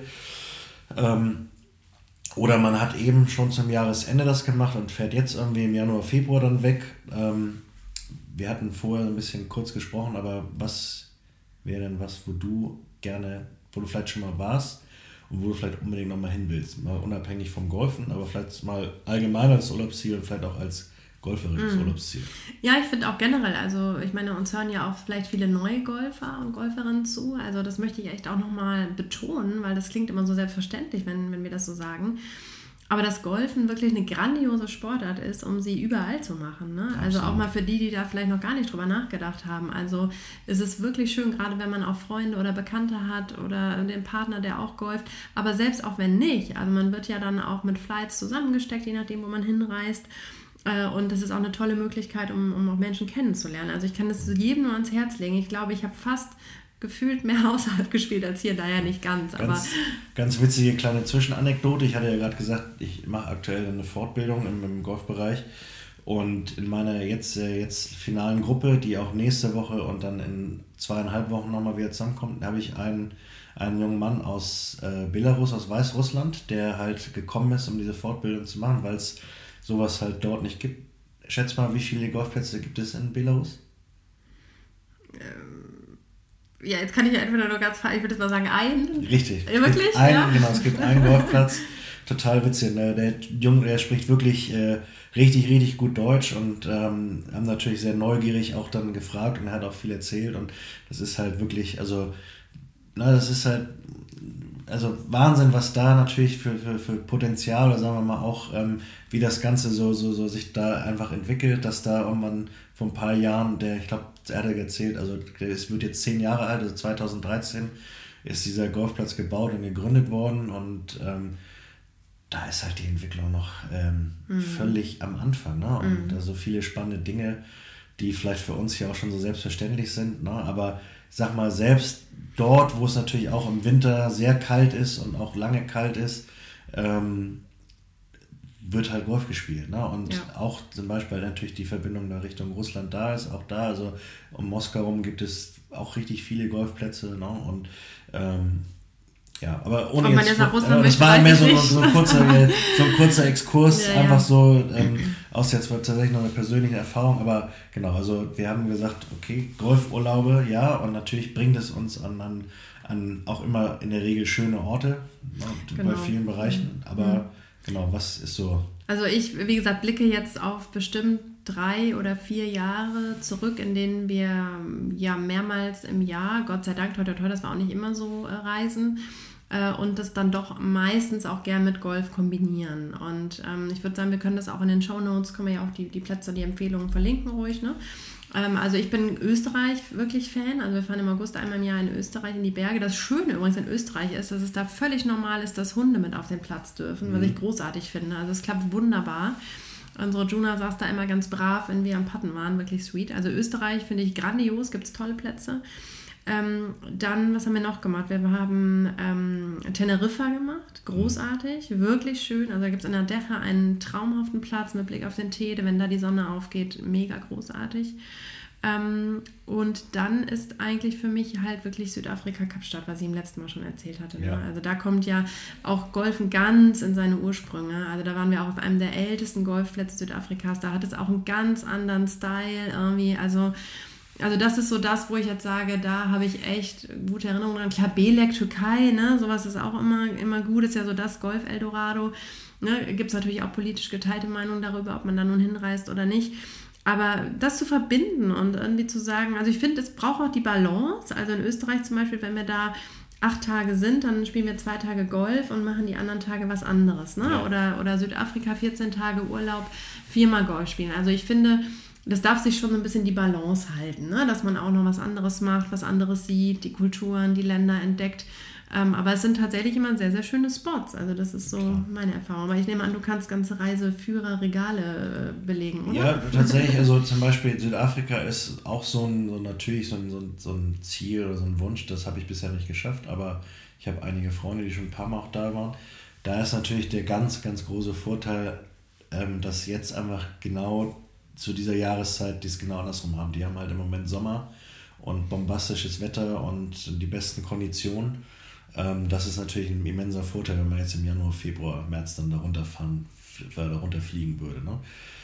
Speaker 1: Ähm, oder man hat eben schon zum Jahresende das gemacht und fährt jetzt irgendwie im Januar, Februar dann weg. Ähm, wir hatten vorher ein bisschen kurz gesprochen, aber was wäre denn was, wo du gerne, wo du vielleicht schon mal warst und wo du vielleicht unbedingt nochmal hin willst? Mal unabhängig vom Golfen, aber vielleicht mal allgemein als Urlaubsziel und vielleicht auch als golferisches mm. Urlaubsziel.
Speaker 2: Ja, ich finde auch generell, also ich meine, uns hören ja auch vielleicht viele neue Golfer und Golferinnen zu, also das möchte ich echt auch nochmal betonen, weil das klingt immer so selbstverständlich, wenn, wenn wir das so sagen, aber dass Golfen wirklich eine grandiose Sportart ist, um sie überall zu machen, ne? Also auch mal für die, die da vielleicht noch gar nicht drüber nachgedacht haben, also es ist wirklich schön, gerade wenn man auch Freunde oder Bekannte hat oder den Partner, der auch golft, aber selbst auch wenn nicht, also man wird ja dann auch mit Flights zusammengesteckt, je nachdem, wo man hinreist. Und das ist auch eine tolle Möglichkeit, um, um auch Menschen kennenzulernen. Also ich kann das jedem nur ans Herz legen. Ich glaube, ich habe fast gefühlt mehr außerhalb gespielt als hier, daher nicht ganz. Aber
Speaker 1: ganz, ganz witzige kleine Zwischenanekdote. Ich hatte ja gerade gesagt, ich mache aktuell eine Fortbildung im, im Golfbereich. Und in meiner jetzt, jetzt finalen Gruppe, die auch nächste Woche und dann in zweieinhalb Wochen nochmal wieder zusammenkommt, habe ich einen, einen jungen Mann aus äh, Belarus, aus Weißrussland, der halt gekommen ist, um diese Fortbildung zu machen, weil es sowas halt dort nicht gibt. Schätz mal, wie viele Golfplätze gibt es in Belarus?
Speaker 2: Ähm, ja, jetzt kann ich ja entweder nur ganz falsch, ich würde jetzt mal sagen, einen.
Speaker 1: Richtig.
Speaker 2: Ja, wirklich?
Speaker 1: Ein,
Speaker 2: ja.
Speaker 1: Genau, es gibt einen Golfplatz. Total witzig. Ne? Der Junge, der spricht wirklich äh, richtig, richtig gut Deutsch und ähm, haben natürlich sehr neugierig auch dann gefragt und er hat auch viel erzählt und das ist halt wirklich, also, na, das ist halt also Wahnsinn, was da natürlich für, für, für Potenzial oder sagen wir mal auch, ähm, wie das Ganze so, so, so sich da einfach entwickelt, dass da irgendwann vor ein paar Jahren, der, ich glaube, er hat erzählt, also es wird jetzt zehn Jahre alt, also zweitausenddreizehn ist dieser Golfplatz gebaut und gegründet worden und ähm, da ist halt die Entwicklung noch ähm, mhm. völlig am Anfang, ne? Und mhm. da so viele spannende Dinge, die vielleicht für uns hier auch schon so selbstverständlich sind, ne? Aber ich sag mal, selbst dort, wo es natürlich auch im Winter sehr kalt ist und auch lange kalt ist, ähm, wird halt Golf gespielt. Ne? Und ja. auch zum Beispiel natürlich die Verbindung da Richtung Russland da ist, auch da, also um Moskau rum gibt es auch richtig viele Golfplätze. Ne? Und ähm, ja, aber ohne
Speaker 2: Ob
Speaker 1: jetzt,
Speaker 2: jetzt nach Russland
Speaker 1: äh, das war mehr so, so, ein kurzer, so ein kurzer Exkurs, ja, einfach ja. so ähm, aus jetzt tatsächlich noch eine persönliche Erfahrung, aber genau, also wir haben gesagt, okay, Golfurlaube, ja, und natürlich bringt es uns an, an, an auch immer in der Regel schöne Orte, ne, genau. bei vielen Bereichen, aber mhm. genau, was ist so?
Speaker 2: Also ich, wie gesagt, blicke jetzt auf bestimmt drei oder vier Jahre zurück, in denen wir ja mehrmals im Jahr, Gott sei Dank, toi toi toi, das war auch nicht immer so, äh, reisen äh, und das dann doch meistens auch gern mit Golf kombinieren. Und ähm, ich würde sagen, wir können das auch in den Shownotes, können wir ja auch die, die Plätze, die Empfehlungen verlinken ruhig, ne? Ähm, also ich bin Österreich wirklich Fan. Also wir fahren im August einmal im Jahr in Österreich in die Berge. Das Schöne übrigens in Österreich ist, dass es da völlig normal ist, dass Hunde mit auf den Platz dürfen, mhm. was ich großartig finde. Also es klappt wunderbar. Unsere Juna saß da immer ganz brav, wenn wir am Patten waren, wirklich sweet. Also Österreich finde ich grandios, gibt es tolle Plätze. Ähm, dann, was haben wir noch gemacht? Wir haben ähm, Teneriffa gemacht, großartig, wirklich schön. Also da gibt es in der Decha einen traumhaften Platz mit Blick auf den Teede, wenn da die Sonne aufgeht, mega großartig. Ähm, und dann ist eigentlich für mich halt wirklich Südafrika Kapstadt, was ich im letzten Mal schon erzählt hatte. Ja. Ne? Also da kommt ja auch Golfen ganz in seine Ursprünge. Also da waren wir auch auf einem der ältesten Golfplätze Südafrikas. Da hat es auch einen ganz anderen Style irgendwie. Also Also das ist so das, wo ich jetzt sage, da habe ich echt gute Erinnerungen dran. Klar, Belek, Türkei, ne, sowas ist auch immer, immer gut, ist ja so das Golf-Eldorado. Ne, gibt es natürlich auch politisch geteilte Meinungen darüber, ob man da nun hinreist oder nicht. Aber das zu verbinden und irgendwie zu sagen, also ich finde, es braucht auch die Balance. Also in Österreich zum Beispiel, wenn wir da acht Tage sind, dann spielen wir zwei Tage Golf und machen die anderen Tage was anderes. Ne? Ja. Oder, oder Südafrika, vierzehn Tage Urlaub, viermal Golf spielen. Also ich finde, das darf sich schon so ein bisschen die Balance halten, ne? Dass man auch noch was anderes macht, was anderes sieht, die Kulturen, die Länder entdeckt. Ähm, aber es sind tatsächlich immer sehr, sehr schöne Spots. Also das ist so Klar. meine Erfahrung. Aber ich nehme an, du kannst ganze Reiseführer, Regale äh, belegen, oder?
Speaker 1: Ja, tatsächlich. Also zum Beispiel Südafrika ist auch so ein, so natürlich so ein, so, ein, so ein Ziel oder so ein Wunsch. Das habe ich bisher nicht geschafft, aber ich habe einige Freunde, die schon ein paar Mal auch da waren. Da ist natürlich der ganz, ganz große Vorteil, ähm, dass jetzt einfach genau zu dieser Jahreszeit, die es genau andersrum haben. Die haben halt im Moment Sommer und bombastisches Wetter und die besten Konditionen. Ähm, das ist natürlich ein immenser Vorteil, wenn man jetzt im Januar, Februar, März dann da runterfahren, da runterfliegen würde. Ne?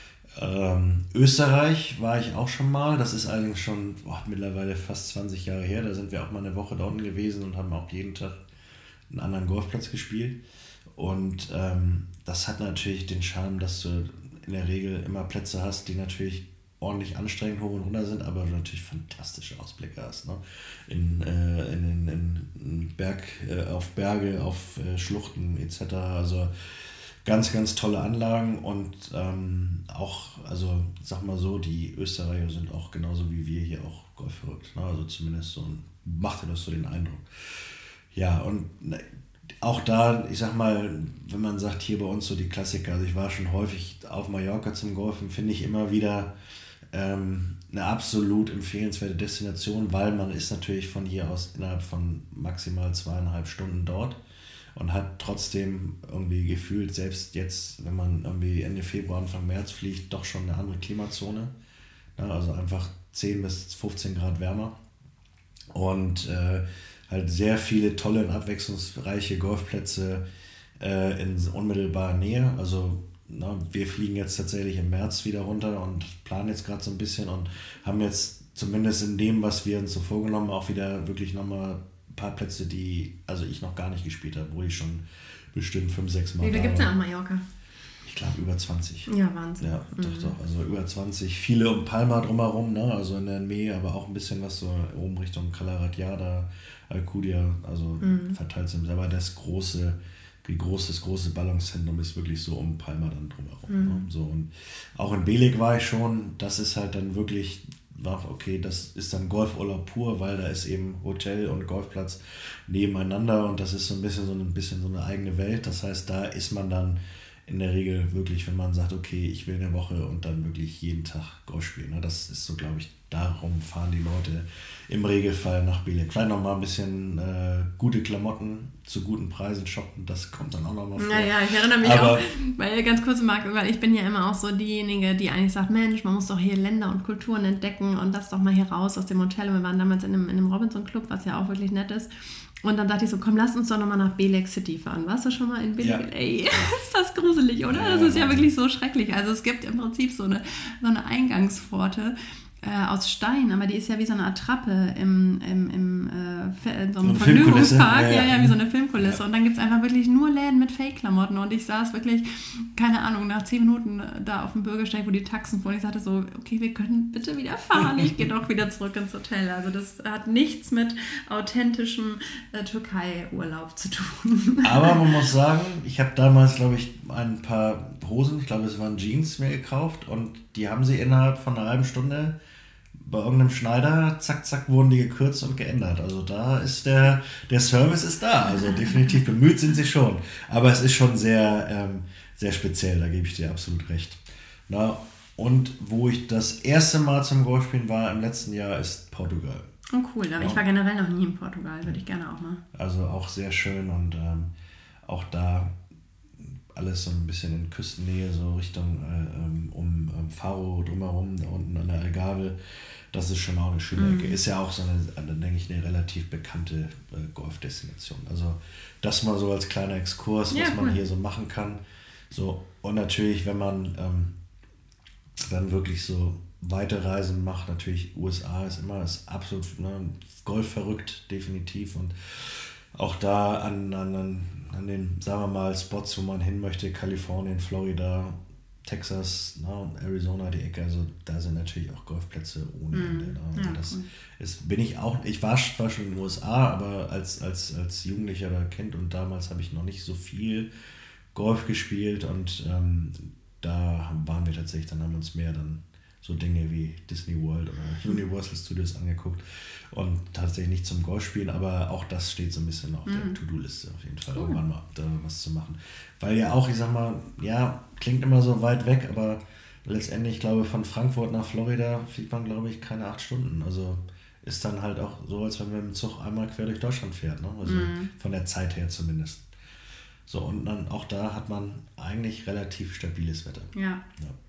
Speaker 1: Ähm, Österreich war ich auch schon mal. Das ist allerdings schon boah, mittlerweile fast zwanzig Jahre her. Da sind wir auch mal eine Woche da unten gewesen und haben auch jeden Tag einen anderen Golfplatz gespielt. Und ähm, das hat natürlich den Charme, dass du in der Regel immer Plätze hast, die natürlich ordentlich anstrengend hoch und runter sind, aber du natürlich fantastische Ausblicke hast. Ne? In, äh, in, in, in Berg, äh, auf Berge, auf äh, Schluchten et cetera. Also ganz, ganz tolle Anlagen und ähm, auch, also sag mal so, die Österreicher sind auch genauso wie wir hier auch golfverrückt. Ne? Also zumindest so machte das so den Eindruck. Ja, und ne, auch da, ich sag mal, wenn man sagt, hier bei uns so die Klassiker, also ich war schon häufig auf Mallorca zum Golfen, finde ich immer wieder ähm, eine absolut empfehlenswerte Destination, weil man ist natürlich von hier aus innerhalb von maximal zweieinhalb Stunden dort und hat trotzdem irgendwie gefühlt, selbst jetzt, wenn man irgendwie Ende Februar, Anfang März fliegt, doch schon eine andere Klimazone. Ja, also einfach zehn bis fünfzehn Grad wärmer und äh, halt sehr viele tolle und abwechslungsreiche Golfplätze äh, in unmittelbarer Nähe. Also na, wir fliegen jetzt tatsächlich im März wieder runter und planen jetzt gerade so ein bisschen und haben jetzt zumindest in dem, was wir uns so vorgenommen haben, auch wieder wirklich nochmal ein paar Plätze, die also ich noch gar nicht gespielt habe, wo ich schon bestimmt fünf, sechs Mal.
Speaker 2: Wie viele gibt es denn an Mallorca?
Speaker 1: Ich glaube über zwanzig.
Speaker 2: Ja, Wahnsinn.
Speaker 1: Ja, doch, mhm. doch. Also über zwanzig. Viele um Palma drumherum, ne? Also in der Nähe, aber auch ein bisschen was so oben Richtung Calaratiada, Alcudia, also mhm. verteilt sind. Aber das große, die große, das große Ballungszentrum ist wirklich so um Palma dann drumherum. Mhm. Ne? So, und auch in Belek war ich schon, das ist halt dann wirklich, okay, das ist dann Golfurlaub pur, weil da ist eben Hotel und Golfplatz nebeneinander und das ist so ein bisschen so ein bisschen so eine eigene Welt. Das heißt, da ist man dann in der Regel wirklich, wenn man sagt, okay, ich will eine Woche und dann wirklich jeden Tag Golf spielen. Das ist so, glaube ich, darum fahren die Leute im Regelfall nach Belek. Vielleicht nochmal ein bisschen äh, gute Klamotten zu guten Preisen shoppen, das kommt dann auch nochmal vor.
Speaker 2: Naja, ich erinnere mich Aber, auch, weil ganz kurz, Marc, weil ich bin ja immer auch so diejenige, die eigentlich sagt, Mensch, man muss doch hier Länder und Kulturen entdecken und lass doch mal hier raus aus dem Hotel. Und wir waren damals in einem, in einem Robinson-Club, was ja auch wirklich nett ist. Und dann dachte ich so, komm, lass uns doch nochmal nach Belek City fahren. Warst du schon mal in Belek? Ja. Ey, ist das gruselig, oder? Ja, das ist ja wirklich so schrecklich. Also es gibt im Prinzip so eine, so eine Eingangspforte äh, aus Stein, aber die ist ja wie so eine Attrappe im, im, im äh, so einem
Speaker 1: so
Speaker 2: Vergnügungspark.
Speaker 1: Ja, ja.
Speaker 2: ja, ja, wie so eine Filmkulisse. Ja. Und dann gibt es einfach wirklich nur Läden mit Fake-Klamotten. Und ich saß wirklich, keine Ahnung, nach zehn Minuten da auf dem Bürgersteig, wo die Taxen fuhren. Ich sagte so, okay, wir können bitte wieder fahren. Ich gehe doch wieder zurück ins Hotel. Also das hat nichts mit authentischem äh, Türkei-Urlaub zu tun.
Speaker 1: Aber man muss sagen, ich habe damals, glaube ich, ein paar Hosen, ich glaube, es waren Jeans, mir gekauft. Und die haben sie innerhalb von einer halben Stunde bei irgendeinem Schneider, zack, zack, wurden die gekürzt und geändert. Also da ist der, der Service ist da. Also definitiv bemüht sind sie schon. Aber es ist schon sehr, ähm, sehr speziell, da gebe ich dir absolut recht. Na, und wo ich das erste Mal zum Golfspielen war im letzten Jahr ist Portugal.
Speaker 2: Oh cool, aber ja. Ich war generell noch nie in Portugal, würde ich gerne auch mal.
Speaker 1: Also auch sehr schön und ähm, auch da alles so ein bisschen in Küstennähe, so Richtung äh, um ähm, Faro drumherum, da unten an der Algarve. Das ist schon auch eine schöne Ecke. Mhm. Ist ja auch so eine, denke ich, eine relativ bekannte äh, Golfdestination. Also das mal so als kleiner Exkurs, ja, was cool. man hier so machen kann. So, und natürlich, wenn man ähm, dann wirklich so weite Reisen macht, natürlich U S A ist immer ist absolut ne, Golf verrückt, definitiv. Und auch da an, an, an den, sagen wir mal, Spots, wo man hin möchte, Kalifornien, Florida, Texas, ne, Arizona, die Ecke, also da sind natürlich auch Golfplätze ohne Ende. Ne? Also ja, das cool. ist, bin ich auch, ich war, war schon in den U S A, aber als, als, als Jugendlicher oder Kind und damals habe ich noch nicht so viel Golf gespielt und ähm, da waren wir tatsächlich, dann haben wir uns mehr dann so Dinge wie Disney World oder Universal Studios angeguckt und tatsächlich nicht zum Golfspielen, aber auch das steht so ein bisschen auf mhm. der To-Do-Liste auf jeden Fall, cool. irgendwann mal da was zu machen. Weil ja auch, ich sag mal, ja, klingt immer so weit weg, aber letztendlich, ich glaube, von Frankfurt nach Florida fliegt man, glaube ich, keine acht Stunden. Also ist dann halt auch so, als wenn man mit dem Zug einmal quer durch Deutschland fährt, ne? Also mhm. von der Zeit her zumindest. So, und dann auch da hat man eigentlich relativ stabiles Wetter.
Speaker 2: Ja. ja.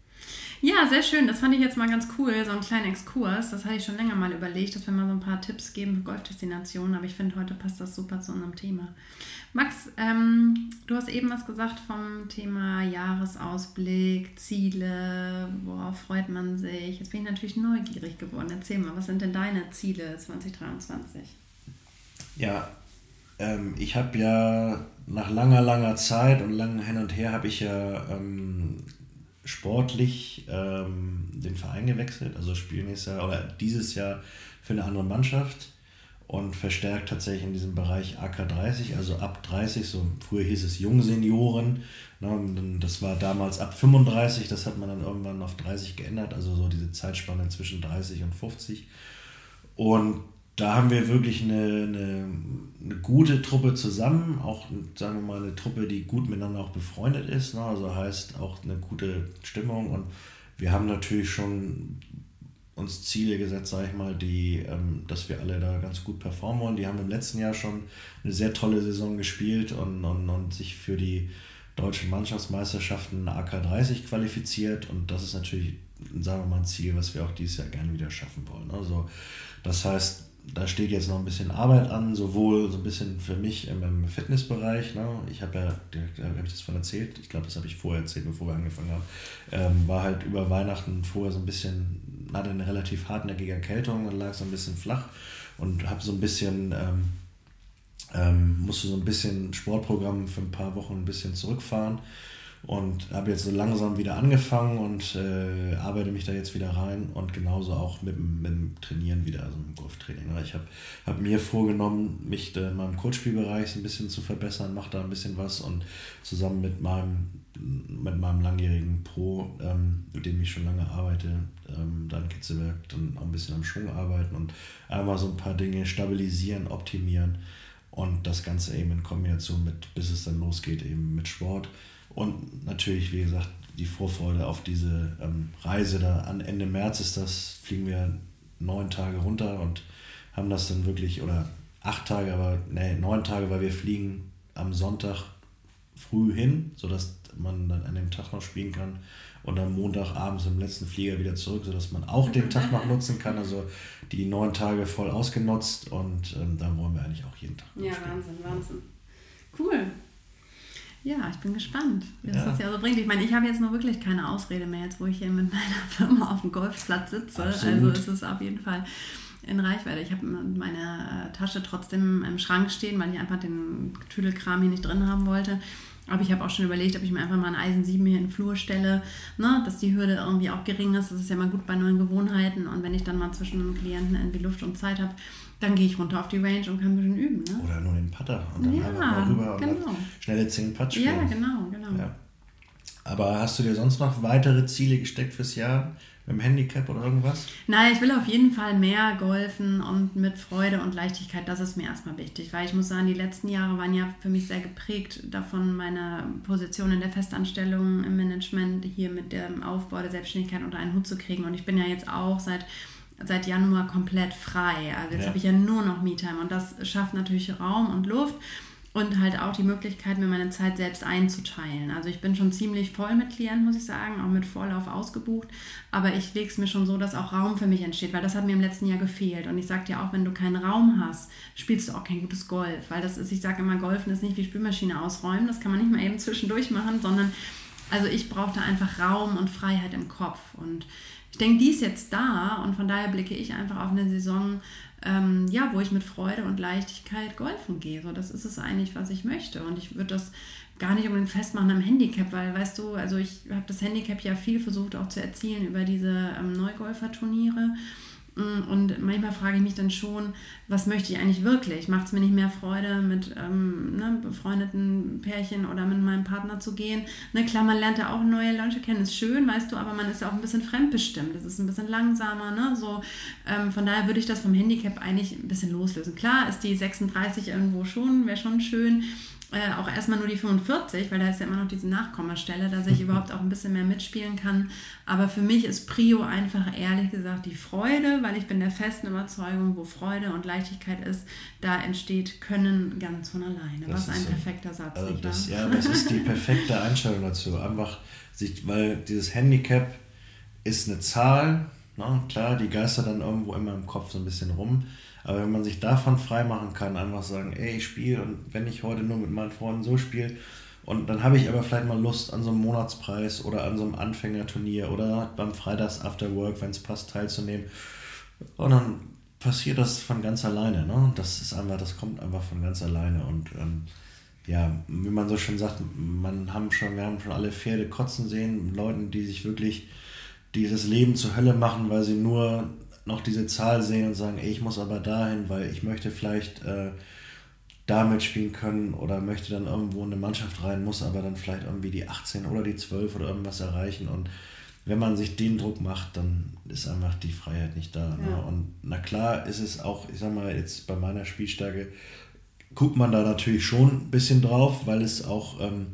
Speaker 2: Ja, sehr schön. Das fand ich jetzt mal ganz cool, so einen kleinen Exkurs. Das hatte ich schon länger mal überlegt, dass wir mal so ein paar Tipps geben für Golfdestinationen. Aber ich finde, heute passt das super zu unserem Thema. Max, ähm, du hast eben was gesagt vom Thema Jahresausblick, Ziele, worauf freut man sich? Jetzt bin ich natürlich neugierig geworden. Erzähl mal, was sind denn deine Ziele zwanzig dreiundzwanzig?
Speaker 1: Ja, ähm, ich habe ja nach langer, langer Zeit und langem Hin und Her habe ich ja... Ähm, sportlich ähm, den Verein gewechselt, also spielen nächstes Jahr oder dieses Jahr für eine andere Mannschaft und verstärkt tatsächlich in diesem Bereich A K dreißig, also ab dreißig, so früher hieß es Jungsenioren, ne, das war damals ab fünfunddreißig, das hat man dann irgendwann auf dreißig geändert, also so diese Zeitspanne zwischen dreißig und fünfzig und da haben wir wirklich eine, eine, eine gute Truppe zusammen, auch sagen wir mal eine Truppe, die gut miteinander auch befreundet ist, ne? Also heißt auch eine gute Stimmung und wir haben natürlich schon uns Ziele gesetzt, sage ich mal, die, ähm, dass wir alle da ganz gut performen wollen. Die haben im letzten Jahr schon eine sehr tolle Saison gespielt und, und, und sich für die deutschen Mannschaftsmeisterschaften A K dreißig qualifiziert und das ist natürlich, sagen wir mal, ein Ziel, was wir auch dieses Jahr gerne wieder schaffen wollen. Also das heißt, da steht jetzt noch ein bisschen Arbeit an, sowohl so ein bisschen für mich im Fitnessbereich. Ne? Ich habe ja, da habe ich das von erzählt, ich glaube, das habe ich vorher erzählt, bevor wir angefangen haben, ähm, war halt über Weihnachten vorher so ein bisschen, hatte eine relativ hartnäckige Erkältung und lag so ein bisschen flach und habe so ein bisschen, ähm, ähm, musste so ein bisschen Sportprogramm für ein paar Wochen ein bisschen zurückfahren. Und habe jetzt so langsam wieder angefangen und äh, arbeite mich da jetzt wieder rein und genauso auch mit, mit dem Trainieren wieder, also mit dem Golftraining. Ich habe hab mir vorgenommen, mich in meinem Coachspielbereich ein bisschen zu verbessern, mache da ein bisschen was und zusammen mit meinem, mit meinem langjährigen Pro, ähm, mit dem ich schon lange arbeite, ähm, da in Kitzelberg dann auch ein bisschen am Schwung arbeiten und einmal so ein paar Dinge stabilisieren, optimieren und das Ganze eben in Kombination mit, bis es dann losgeht, eben mit Sport. Und natürlich, wie gesagt, die Vorfreude auf diese ähm, Reise da an Ende März ist das, fliegen wir neun Tage runter und haben das dann wirklich, oder acht Tage, aber nee, neun Tage, weil wir fliegen am Sonntag früh hin, sodass man dann an dem Tag noch spielen kann und am Montag abends im letzten Flieger wieder zurück, sodass man auch den Tag noch nutzen kann, also die neun Tage voll ausgenutzt und ähm, da wollen wir eigentlich auch jeden Tag
Speaker 2: Ja, spielen. Wahnsinn, Wahnsinn. Cool. Ja, ich bin gespannt, wie das ja. das ja so bringt. Ich meine, ich habe jetzt nur wirklich keine Ausrede mehr, jetzt wo ich hier mit meiner Firma auf dem Golfplatz sitze. Absolut. Also ist es auf jeden Fall in Reichweite. Ich habe meine Tasche trotzdem im Schrank stehen, weil ich einfach den Tüdelkram hier nicht drin haben wollte. Aber ich habe auch schon überlegt, ob ich mir einfach mal ein Eisen sieben hier in den Flur stelle, ne, dass die Hürde irgendwie auch gering ist. Das ist ja mal gut bei neuen Gewohnheiten. Und wenn ich dann mal zwischen den Klienten irgendwie Luft und Zeit habe, dann gehe ich runter auf die Range und kann ein bisschen üben. Ne?
Speaker 1: Oder nur den Putter und dann ja, einfach mal rüber
Speaker 2: genau.
Speaker 1: und schnelle zehn Putts spielen.
Speaker 2: Ja, genau, genau.
Speaker 1: Ja. Aber hast du dir sonst noch weitere Ziele gesteckt fürs Jahr? Im Handicap oder irgendwas?
Speaker 2: Nein, ich will auf jeden Fall mehr golfen und mit Freude und Leichtigkeit, das ist mir erstmal wichtig, weil ich muss sagen, die letzten Jahre waren ja für mich sehr geprägt davon, meine Position in der Festanstellung im Management hier mit dem Aufbau der Selbstständigkeit unter einen Hut zu kriegen und ich bin ja jetzt auch seit, seit Januar komplett frei, also jetzt ja. habe ich ja nur noch Me-Time und das schafft natürlich Raum und Luft. Und halt auch die Möglichkeit, mir meine Zeit selbst einzuteilen. Also ich bin schon ziemlich voll mit Klienten, muss ich sagen, auch mit Vorlauf ausgebucht. Aber ich lege es mir schon so, dass auch Raum für mich entsteht, weil das hat mir im letzten Jahr gefehlt. Und ich sage dir auch, wenn du keinen Raum hast, spielst du auch kein gutes Golf. Weil das ist, ich sage immer, Golfen ist nicht wie Spülmaschine ausräumen. Das kann man nicht mal eben zwischendurch machen, sondern also ich brauchte einfach Raum und Freiheit im Kopf. Und ich denke, die ist jetzt da und von daher blicke ich einfach auf eine Saison, ähm, ja, wo ich mit Freude und Leichtigkeit golfen gehe. So, das ist es eigentlich, was ich möchte. Und ich würde das gar nicht unbedingt festmachen am Handicap, weil, weißt du, also ich habe das Handicap ja viel versucht auch zu erzielen über diese ähm, Neugolfer-Turniere. Und manchmal frage ich mich dann schon, was möchte ich eigentlich wirklich? Macht es mir nicht mehr Freude, mit ähm, ne, befreundeten Pärchen oder mit meinem Partner zu gehen? Ne, klar, man lernt ja auch neue Leute kennen, ist schön, weißt du, aber man ist ja auch ein bisschen fremdbestimmt. Das ist ein bisschen langsamer, ne? So, ähm, von daher würde ich das vom Handicap eigentlich ein bisschen loslösen. Klar ist die sechsunddreißig irgendwo schon, wäre schon schön. Äh, auch erstmal nur die fünfundvierzig, weil da ist ja immer noch diese Nachkommastelle, dass ich überhaupt auch ein bisschen mehr mitspielen kann. Aber für mich ist Prio einfach ehrlich gesagt die Freude, weil ich bin der festen Überzeugung, wo Freude und Leichtigkeit ist, da entsteht Können ganz von alleine. Das Was ein so, perfekter Satz.
Speaker 1: Also das, ja, das ist die perfekte Einstellung dazu. Einfach, sich, weil dieses Handicap ist eine Zahl, ne? Klar, die geistert dann irgendwo immer im Kopf so ein bisschen rum. Aber wenn man sich davon freimachen kann, einfach sagen, ey, ich spiele und wenn ich heute nur mit meinen Freunden so spiele und dann habe ich aber vielleicht mal Lust an so einem Monatspreis oder an so einem Anfängerturnier oder beim Freitags After Work, wenn es passt, teilzunehmen und dann passiert das von ganz alleine, ne? Das ist einfach, das kommt einfach von ganz alleine und ähm, ja, wie man so schön sagt, man haben schon, wir haben schon alle Pferde kotzen sehen, Leuten, die sich wirklich dieses Leben zur Hölle machen, weil sie nur noch diese Zahl sehen und sagen, ey, ich muss aber dahin, weil ich möchte vielleicht äh, da mitspielen können oder möchte dann irgendwo in eine Mannschaft rein, muss aber dann vielleicht irgendwie die achtzehn oder die zwölf oder irgendwas erreichen und wenn man sich den Druck macht, dann ist einfach die Freiheit nicht da. Ja. Ne? Und na klar ist es auch, ich sag mal, jetzt bei meiner Spielstärke guckt man da natürlich schon ein bisschen drauf, weil es auch ähm,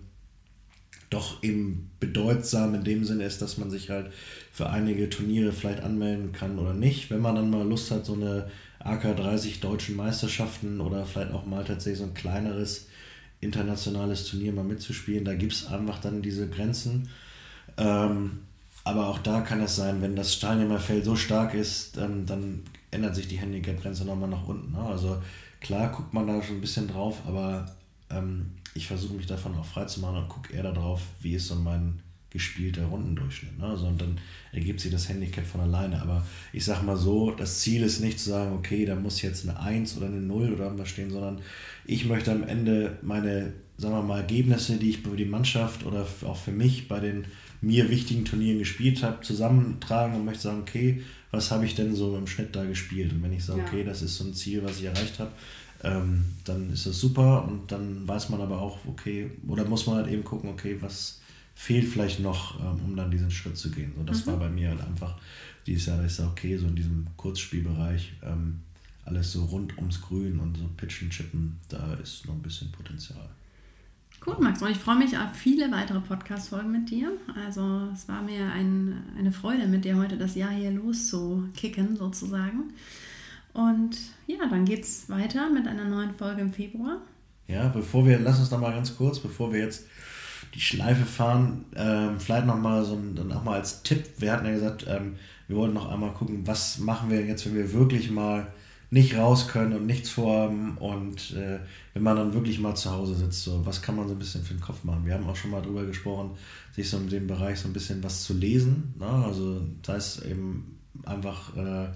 Speaker 1: doch eben bedeutsam in dem Sinne ist, dass man sich halt für einige Turniere vielleicht anmelden kann oder nicht. Wenn man dann mal Lust hat, so eine A K dreißig deutschen Meisterschaften oder vielleicht auch mal tatsächlich so ein kleineres internationales Turnier mal mitzuspielen, da gibt es einfach dann diese Grenzen. Ähm, aber auch da kann es sein, wenn das Teilnehmerfeld so stark ist, dann, dann ändert sich die Handicap-Grenze nochmal nach unten. Ne? Also klar guckt man da schon ein bisschen drauf, aber ähm, ich versuche mich davon auch frei zu machen und gucke eher darauf, wie ist so mein gespielter Rundendurchschnitt. Ne? Also, und dann ergibt sich das Handicap von alleine. Aber ich sag mal so, das Ziel ist nicht zu sagen, okay, da muss jetzt eine eins oder eine null oder irgendwas stehen, sondern ich möchte am Ende meine, sagen wir mal, Ergebnisse, die ich für die Mannschaft oder auch für mich bei den mir wichtigen Turnieren gespielt habe, zusammentragen und möchte sagen, okay, was habe ich denn so im Schnitt da gespielt? Und wenn ich sage, ja. okay, das ist so ein Ziel, was ich erreicht habe, ähm, dann ist das super und dann weiß man aber auch, okay, oder muss man halt eben gucken, okay, was fehlt vielleicht noch, ähm, um dann diesen Schritt zu gehen. So, das mhm. war bei mir halt einfach dieses Jahr, dass ich sage, okay, so in diesem Kurzspielbereich, ähm, alles so rund ums Grün und so Pitchen, Chippen, da ist noch ein bisschen Potenzial.
Speaker 2: Gut, Max, und ich freue mich auf viele weitere Podcast-Folgen mit dir. Also es war mir ein, eine Freude, mit dir heute das Jahr hier loszukicken, sozusagen. Und ja, dann geht's weiter mit einer neuen Folge im Februar.
Speaker 1: Ja, bevor wir, lass uns noch mal ganz kurz, bevor wir jetzt die Schleife fahren, ähm, vielleicht noch mal so ein, dann auch mal als Tipp, wir hatten ja gesagt, ähm, wir wollten noch einmal gucken, was machen wir jetzt, wenn wir wirklich mal nicht raus können und nichts vorhaben und äh, wenn man dann wirklich mal zu Hause sitzt, so, was kann man so ein bisschen für den Kopf machen? Wir haben auch schon mal drüber gesprochen, sich so in dem Bereich so ein bisschen was zu lesen, ne? Also das heißt eben einfach äh,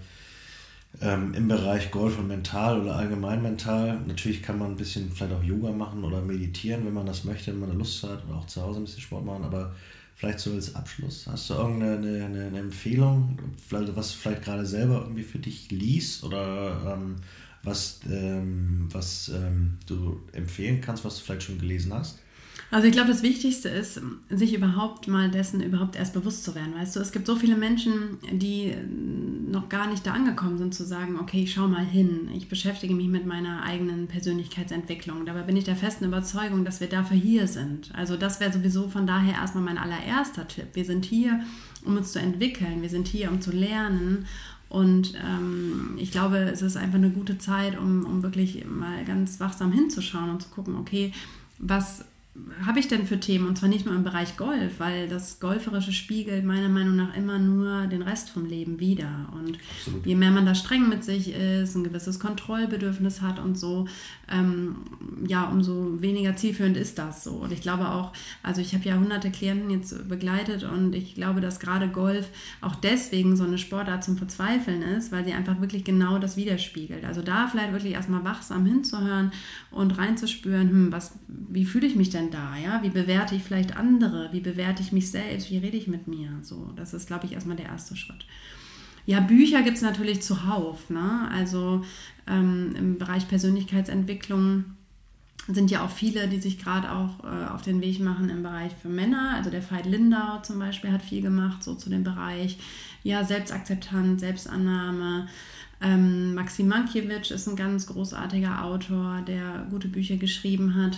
Speaker 1: ähm, im Bereich Golf und Mental oder allgemein mental. Natürlich kann man ein bisschen vielleicht auch Yoga machen oder meditieren, wenn man das möchte, wenn man da Lust hat oder auch zu Hause ein bisschen Sport machen, aber vielleicht so als Abschluss, hast du irgendeine eine, eine Empfehlung, was du vielleicht gerade selber irgendwie für dich liest oder ähm, was, ähm, was ähm, du empfehlen kannst, was du vielleicht schon gelesen hast?
Speaker 2: Also ich glaube, das Wichtigste ist, sich überhaupt mal dessen überhaupt erst bewusst zu werden. Weißt du, es gibt so viele Menschen, die noch gar nicht da angekommen sind, zu sagen, okay, ich schau mal hin. Ich beschäftige mich mit meiner eigenen Persönlichkeitsentwicklung. Dabei bin ich der festen Überzeugung, dass wir dafür hier sind. Also das wäre sowieso von daher erstmal mein allererster Tipp. Wir sind hier, um uns zu entwickeln. Wir sind hier, um zu lernen. Und ähm, ich glaube, es ist einfach eine gute Zeit, um, um wirklich mal ganz wachsam hinzuschauen und zu gucken, okay, was habe ich denn für Themen? Und zwar nicht nur im Bereich Golf, weil das Golferische spiegelt meiner Meinung nach immer nur den Rest vom Leben wider. Und Absolut. Je mehr man da streng mit sich ist, ein gewisses Kontrollbedürfnis hat und so, ähm, ja, umso weniger zielführend ist das so. Und ich glaube auch, also ich habe ja hunderte Klienten jetzt begleitet und ich glaube, dass gerade Golf auch deswegen so eine Sportart zum Verzweifeln ist, weil sie einfach wirklich genau das widerspiegelt. Also da vielleicht wirklich erstmal wachsam hinzuhören und reinzuspüren, hm, was, wie fühle ich mich denn da, ja? Wie bewerte ich vielleicht andere? Wie bewerte ich mich selbst? Wie rede ich mit mir? So, das ist, glaube ich, erstmal der erste Schritt. Ja, Bücher gibt es natürlich zuhauf, ne? Also ähm, im Bereich Persönlichkeitsentwicklung sind ja auch viele, die sich gerade auch äh, auf den Weg machen im Bereich für Männer. Also der Veit Lindau zum Beispiel hat viel gemacht, so zu dem Bereich, ja, Selbstakzeptanz, Selbstannahme. Ähm, Maxim Mankiewicz ist ein ganz großartiger Autor, der gute Bücher geschrieben hat.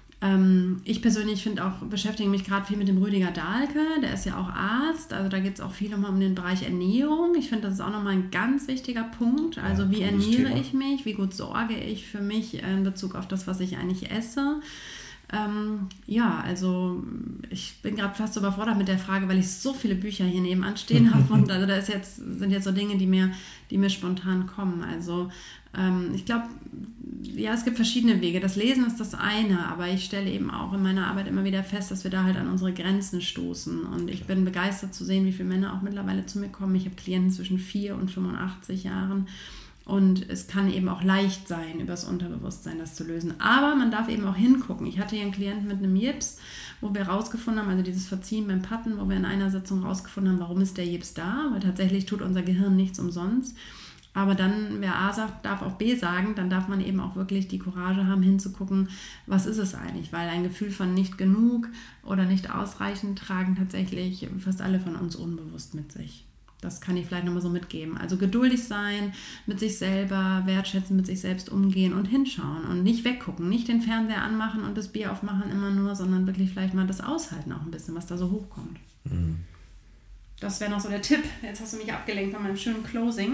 Speaker 2: Ähm, ich persönlich finde auch, beschäftige mich gerade viel mit dem Rüdiger Dahlke, der ist ja auch Arzt, also da geht es auch viel nochmal um den Bereich Ernährung. Ich finde, das ist auch nochmal ein ganz wichtiger Punkt, also ja, wie ernähre Thema. ich mich, wie gut sorge ich für mich in Bezug auf das, was ich eigentlich esse. Ähm, ja, also ich bin gerade fast überfordert mit der Frage, weil ich so viele Bücher hier nebenan stehen habe und also da ist jetzt, sind jetzt so Dinge, die mir, die mir spontan kommen. Also ähm, ich glaube, ja, es gibt verschiedene Wege. Das Lesen ist das eine, aber ich stelle eben auch in meiner Arbeit immer wieder fest, dass wir da halt an unsere Grenzen stoßen und ich bin begeistert zu sehen, wie viele Männer auch mittlerweile zu mir kommen. Ich habe Klienten zwischen vier und fünfundachtzig Jahren. Und es kann eben auch leicht sein, über das Unterbewusstsein das zu lösen. Aber man darf eben auch hingucken. Ich hatte hier einen Klienten mit einem Jips, wo wir rausgefunden haben, also dieses Verziehen beim Patten, wo wir in einer Sitzung rausgefunden haben, warum ist der Jips da? Weil tatsächlich tut unser Gehirn nichts umsonst. Aber dann, wer A sagt, darf auch B sagen, dann darf man eben auch wirklich die Courage haben, hinzugucken, was ist es eigentlich? Weil ein Gefühl von nicht genug oder nicht ausreichend tragen tatsächlich fast alle von uns unbewusst mit sich. Das kann ich vielleicht nochmal so mitgeben. Also geduldig sein, mit sich selber wertschätzen, mit sich selbst umgehen und hinschauen und nicht weggucken, nicht den Fernseher anmachen und das Bier aufmachen immer nur, sondern wirklich vielleicht mal das aushalten auch ein bisschen, was da so hochkommt. Mhm. Das wäre noch so der Tipp. Jetzt hast du mich abgelenkt von meinem schönen Closing.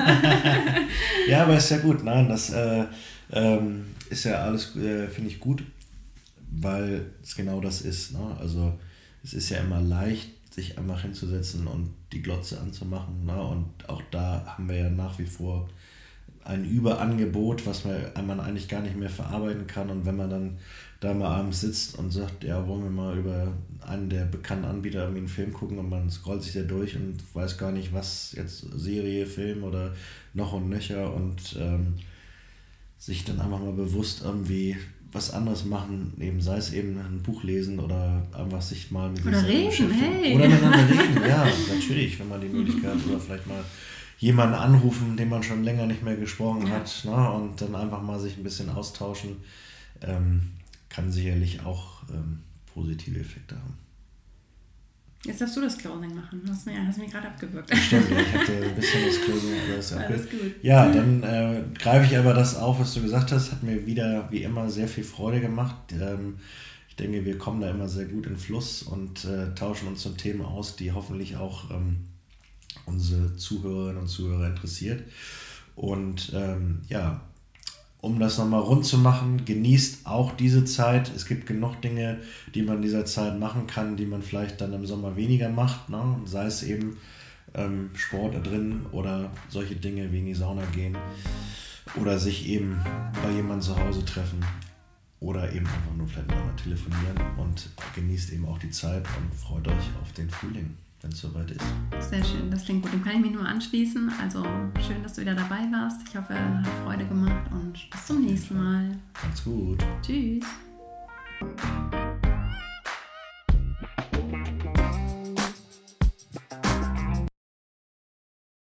Speaker 1: Ja, aber ist ja gut. Nein, das äh, ähm, ist ja alles, äh, finde ich gut, weil es genau das ist. Ne? Also es ist ja immer leicht, sich einfach hinzusetzen und die Glotze anzumachen. Ne? Und auch da haben wir ja nach wie vor ein Überangebot, was man, man eigentlich gar nicht mehr verarbeiten kann. Und wenn man dann da mal abends sitzt und sagt, ja, wollen wir mal über einen der bekannten Anbieter irgendwie einen Film gucken und man scrollt sich da durch und weiß gar nicht, was jetzt Serie, Film oder noch und nöcher und ähm, sich dann einfach mal bewusst irgendwie was anderes machen, eben sei es eben ein Buch lesen oder einfach sich mal mit
Speaker 2: oder reden, hey.
Speaker 1: Oder miteinander reden, ja, natürlich, wenn man die Möglichkeit hat oder vielleicht mal jemanden anrufen, den man schon länger nicht mehr gesprochen ja. hat, ne, und dann einfach mal sich ein bisschen austauschen, ähm, kann sicherlich auch ähm, positive Effekte haben.
Speaker 2: Jetzt darfst du das Closing machen. Du hast, mir, hast mich gerade abgewürgt.
Speaker 1: Stimmt, ja, ich hatte ein bisschen das Closing. Alles,
Speaker 2: alles gut.
Speaker 1: Ja, dann äh, greife ich aber das auf, was du gesagt hast. Hat mir wieder, wie immer, sehr viel Freude gemacht. Ähm, ich denke, wir kommen da immer sehr gut in Fluss und äh, tauschen uns zu Themen aus, die hoffentlich auch ähm, unsere Zuhörerinnen und Zuhörer interessiert. Und ähm, ja, um das nochmal rund zu machen, genießt auch diese Zeit. Es gibt genug Dinge, die man in dieser Zeit machen kann, die man vielleicht dann im Sommer weniger macht. Ne? Sei es eben ähm, Sport da drin oder solche Dinge wie in die Sauna gehen oder sich eben bei jemandem zu Hause treffen oder eben einfach nur vielleicht mal telefonieren und genießt eben auch die Zeit und freut euch auf den Frühling, wenn es soweit ist.
Speaker 2: Sehr schön, das klingt gut. Dem kann ich mich nur anschließen. Also schön, dass du wieder dabei warst. Ich hoffe, es hat Freude gemacht und bis zum nächsten Mal.
Speaker 1: Macht's gut.
Speaker 2: Tschüss.